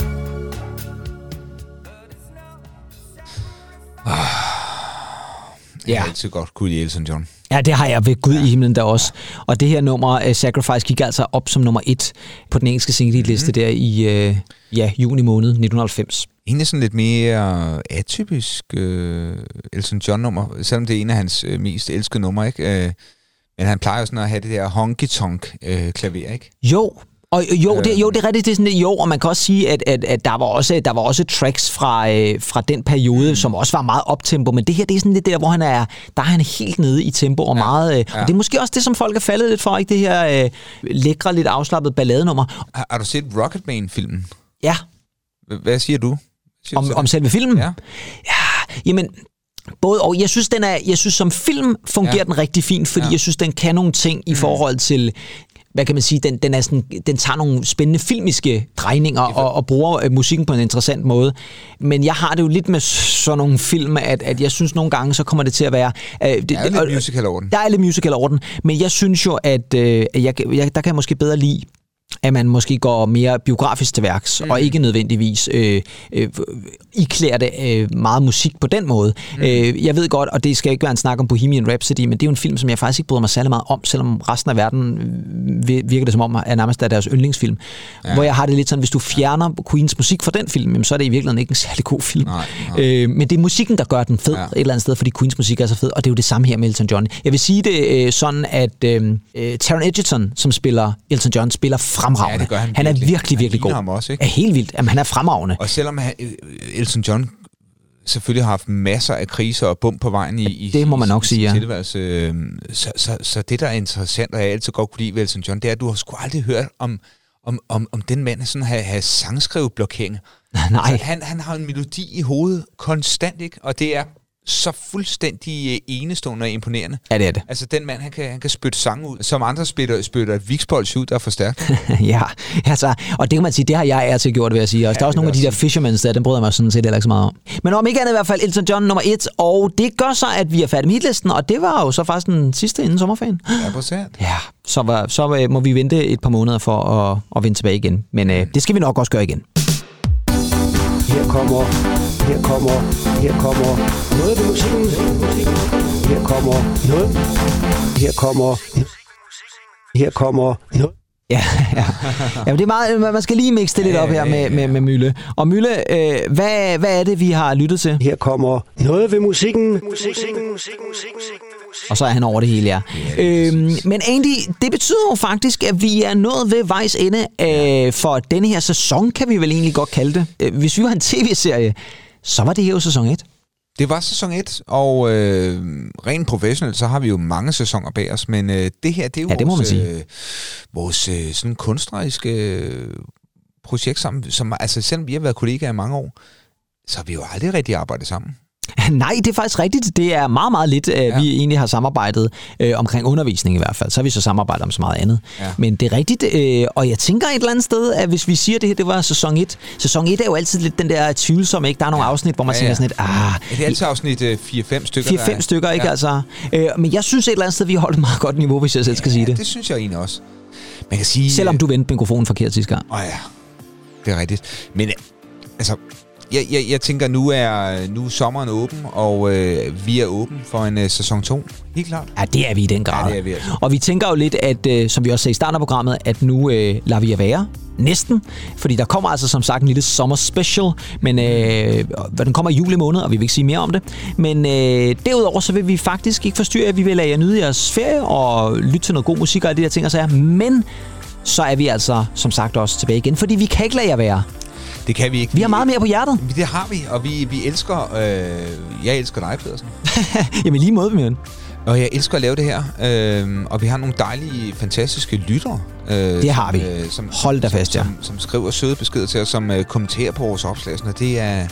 Jeg har altid godt kunne lide Elton John. Ja, det har jeg ved Gud i himlen der også. Og det her nummer, Sacrifice, gik altså op som nummer 1 på den engelske single-liste der i juni måned 1990. Egentlig sådan lidt mere atypisk Elton John-nummer, selvom det er en af hans mest elskede numre, ikke? Men han plejer jo sådan at have det der honky-tonk-klaver, ikke? Jo. Og det er rigtigt, det er sådan, og man kan også sige, at der var også tracks fra den periode, som også var meget optempo, men det her, det er sådan lidt der, hvor der er han helt nede i tempo, og meget, og det er måske også det, som folk er faldet lidt for, ikke? Det her lækre, lidt afslappet balladenummer. Har du set Rocketman-filmen? Ja. Hvad siger du? Om selve filmen? Ja. Jamen, både og. Jeg synes som film fungerer den rigtig fint, fordi jeg synes, den kan nogle ting i forhold til, hvad kan man sige, den tager nogle spændende filmiske drejninger og bruger musikken på en interessant måde. Men jeg har det jo lidt med sådan nogle film, at jeg synes nogle gange, så kommer det til at være... der er lidt musical over den. Der er lidt musical over den, men jeg synes jo, at der kan jeg måske bedre lide, at man måske går mere biografisk til værks, og ikke nødvendigvis iklærer det meget musik på den måde. Jeg ved godt, og det skal ikke være en snak om Bohemian Rhapsody, men det er jo en film, som jeg faktisk ikke bryder mig særlig meget om, selvom resten af verden virker det som om, at nærmest er deres yndlingsfilm. Ja. Hvor jeg har det lidt sådan, hvis du fjerner Queens musik fra den film, så er det i virkeligheden ikke en særlig god film. Nej. Men det er musikken, der gør den fed et eller andet sted, fordi Queens musik er så fed, og det er jo det samme her med Elton John. Jeg vil sige det sådan, at Taron Egerton, som spiller Elton John, spiller fremragende. Ja, han er virkelig god. Ham også, ikke? Er helt vildt. Jamen, han er fremragende. Og selvom Elton John selvfølgelig har haft masser af kriser og bump på vejen i det må man nok sige, ja. Tilværelse, så det, der er interessant, og jeg altid godt kunne lide ved Elton John, det er, at du har sgu aldrig hørt om den mand sådan have sangskriveblokeringer. Nej. Så han har en melodi i hovedet konstant, ikke? Og det er så fuldstændig enestående og imponerende. Ja, det er det. Altså, den mand, han kan spytte sange ud, som andre spytter et Vicks ud, der er for stærkt. Ja, altså, og det kan man sige, det har jeg altid gjort, vil jeg sige. Og der er også nogle af de der Fishermans der, den bryder jeg mig sådan set heller ikke så meget om. Men om ikke andet i hvert fald Elton John nummer 1, og det gør så, at vi er færdige med hitlisten, og det var jo så faktisk den sidste inden sommerferien. Ja, på sæt. Ja, så må vi vente et par måneder for at vende tilbage igen. Men det skal vi nok også gøre igen. Her kommer noget af musikken. Her kommer noget. Ja. Jamen, det er meget, man skal lige mixe det lidt op her med Mølle. Og Mølle, hvad er det, vi har lyttet til? Her kommer noget ved musikken. Og så er han over det hele, ja. Men Andy, det betyder jo faktisk, at vi er nået ved vejs ende for denne her sæson, kan vi vel egentlig godt kalde det. Hvis vi var en tv-serie, så var det her jo sæson 1. Det var sæson 1, og rent professionelt, så har vi jo mange sæsoner bag os, men det her, det er jo vores sådan kunstneriske projekt sammen, som, altså selvom vi har været kollegaer i mange år, så har vi jo aldrig rigtig arbejdet sammen. Nej, det er faktisk rigtigt. Det er meget, meget lidt, vi egentlig har samarbejdet omkring undervisning i hvert fald. Så har vi så samarbejdet om så meget andet. Ja. Men det er rigtigt, og jeg tænker et eller andet sted, at hvis vi siger, at det var sæson 1. Sæson 1 er jo altid lidt den der tvivlsomme, ikke? Der er nogle afsnit, hvor man tænker sådan lidt, det er altid afsnit 4-5 stykker. 4-5 stykker, ikke altså? Men jeg synes et eller andet sted, vi har holdt et meget godt niveau, hvis jeg selv skal sige det. Det synes jeg egentlig også. Man kan sige... Selvom du vendte mikrofonen forkert sidste gang. Ja, det er rigtigt. Men altså... Jeg tænker, nu er sommeren åben, og vi er åben for en sæson 2. Helt klart. Ja, det er vi i den grad. Ja, det er vi altså. Og vi tænker jo lidt, at som vi også sagde i starten af programmet, at nu lader vi jer være. Næsten. Fordi der kommer altså som sagt en lille sommer special, men den kommer i juli måned, og vi vil ikke sige mere om det. Men derudover så vil vi faktisk ikke forstyrre jer. Vi vil lade jer nyde jeres ferie og lytte til noget god musik og alle de der ting og sager. Men så er vi altså som sagt også tilbage igen, fordi vi kan ikke lade jer være. Det kan vi ikke. Vi har meget mere på hjertet. Det har vi, og vi elsker... jeg elsker dig, Pedersen. Jamen lige måde, Mjørn. Og jeg elsker at lave det her. Og vi har nogle dejlige, fantastiske lyttere. Det har vi. Hold da fast, ja. Som skriver søde beskeder til os, som kommenterer på vores opslag. Og det er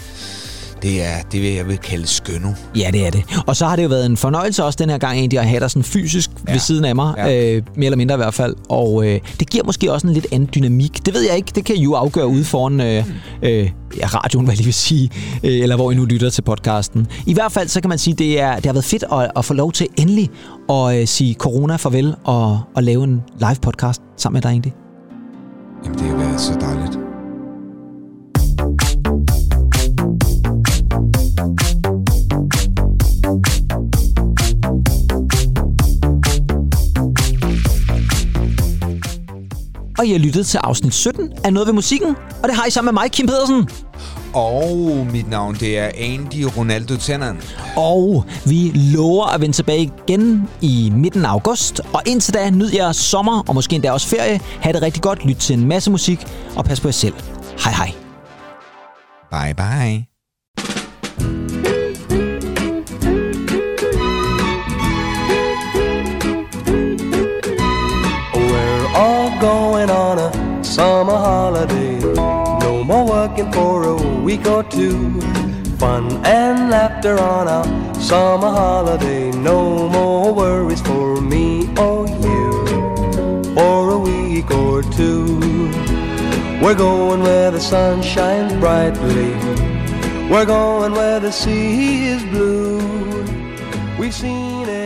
det, jeg vil kalde skønno. Ja, det er det. Og så har det jo været en fornøjelse også den her gang egentlig at have dig sådan fysisk ved siden af mig. Mere eller mindre i hvert fald. Og det giver måske også en lidt anden dynamik. Det ved jeg ikke. Det kan I jo afgøre ude foran radioen, hvad jeg lige vil sige. Eller hvor I nu lytter til podcasten. I hvert fald så kan man sige, det har været fedt at få lov til endelig at sige corona farvel og lave en live podcast sammen med dig egentlig. Jamen, det har været så dejligt. Og I har lyttet til afsnit 17 af Noget ved musikken, og det har I sammen med mig, Kim Pedersen. Og mit navn, det er Andy Ronaldo Tennant. Og vi lover at vende tilbage igen i midten af august. Og indtil da, nyd jeres sommer, og måske endda også ferie. Ha' det rigtig godt, lyt til en masse musik, og pas på jer selv. Hej hej. Bye bye. Going on a summer holiday, no more working for a week or two. Fun and laughter on a summer holiday, no more worries for me or you for a week or two. We're going where the sun shines brightly, we're going where the sea is blue. We've seen it.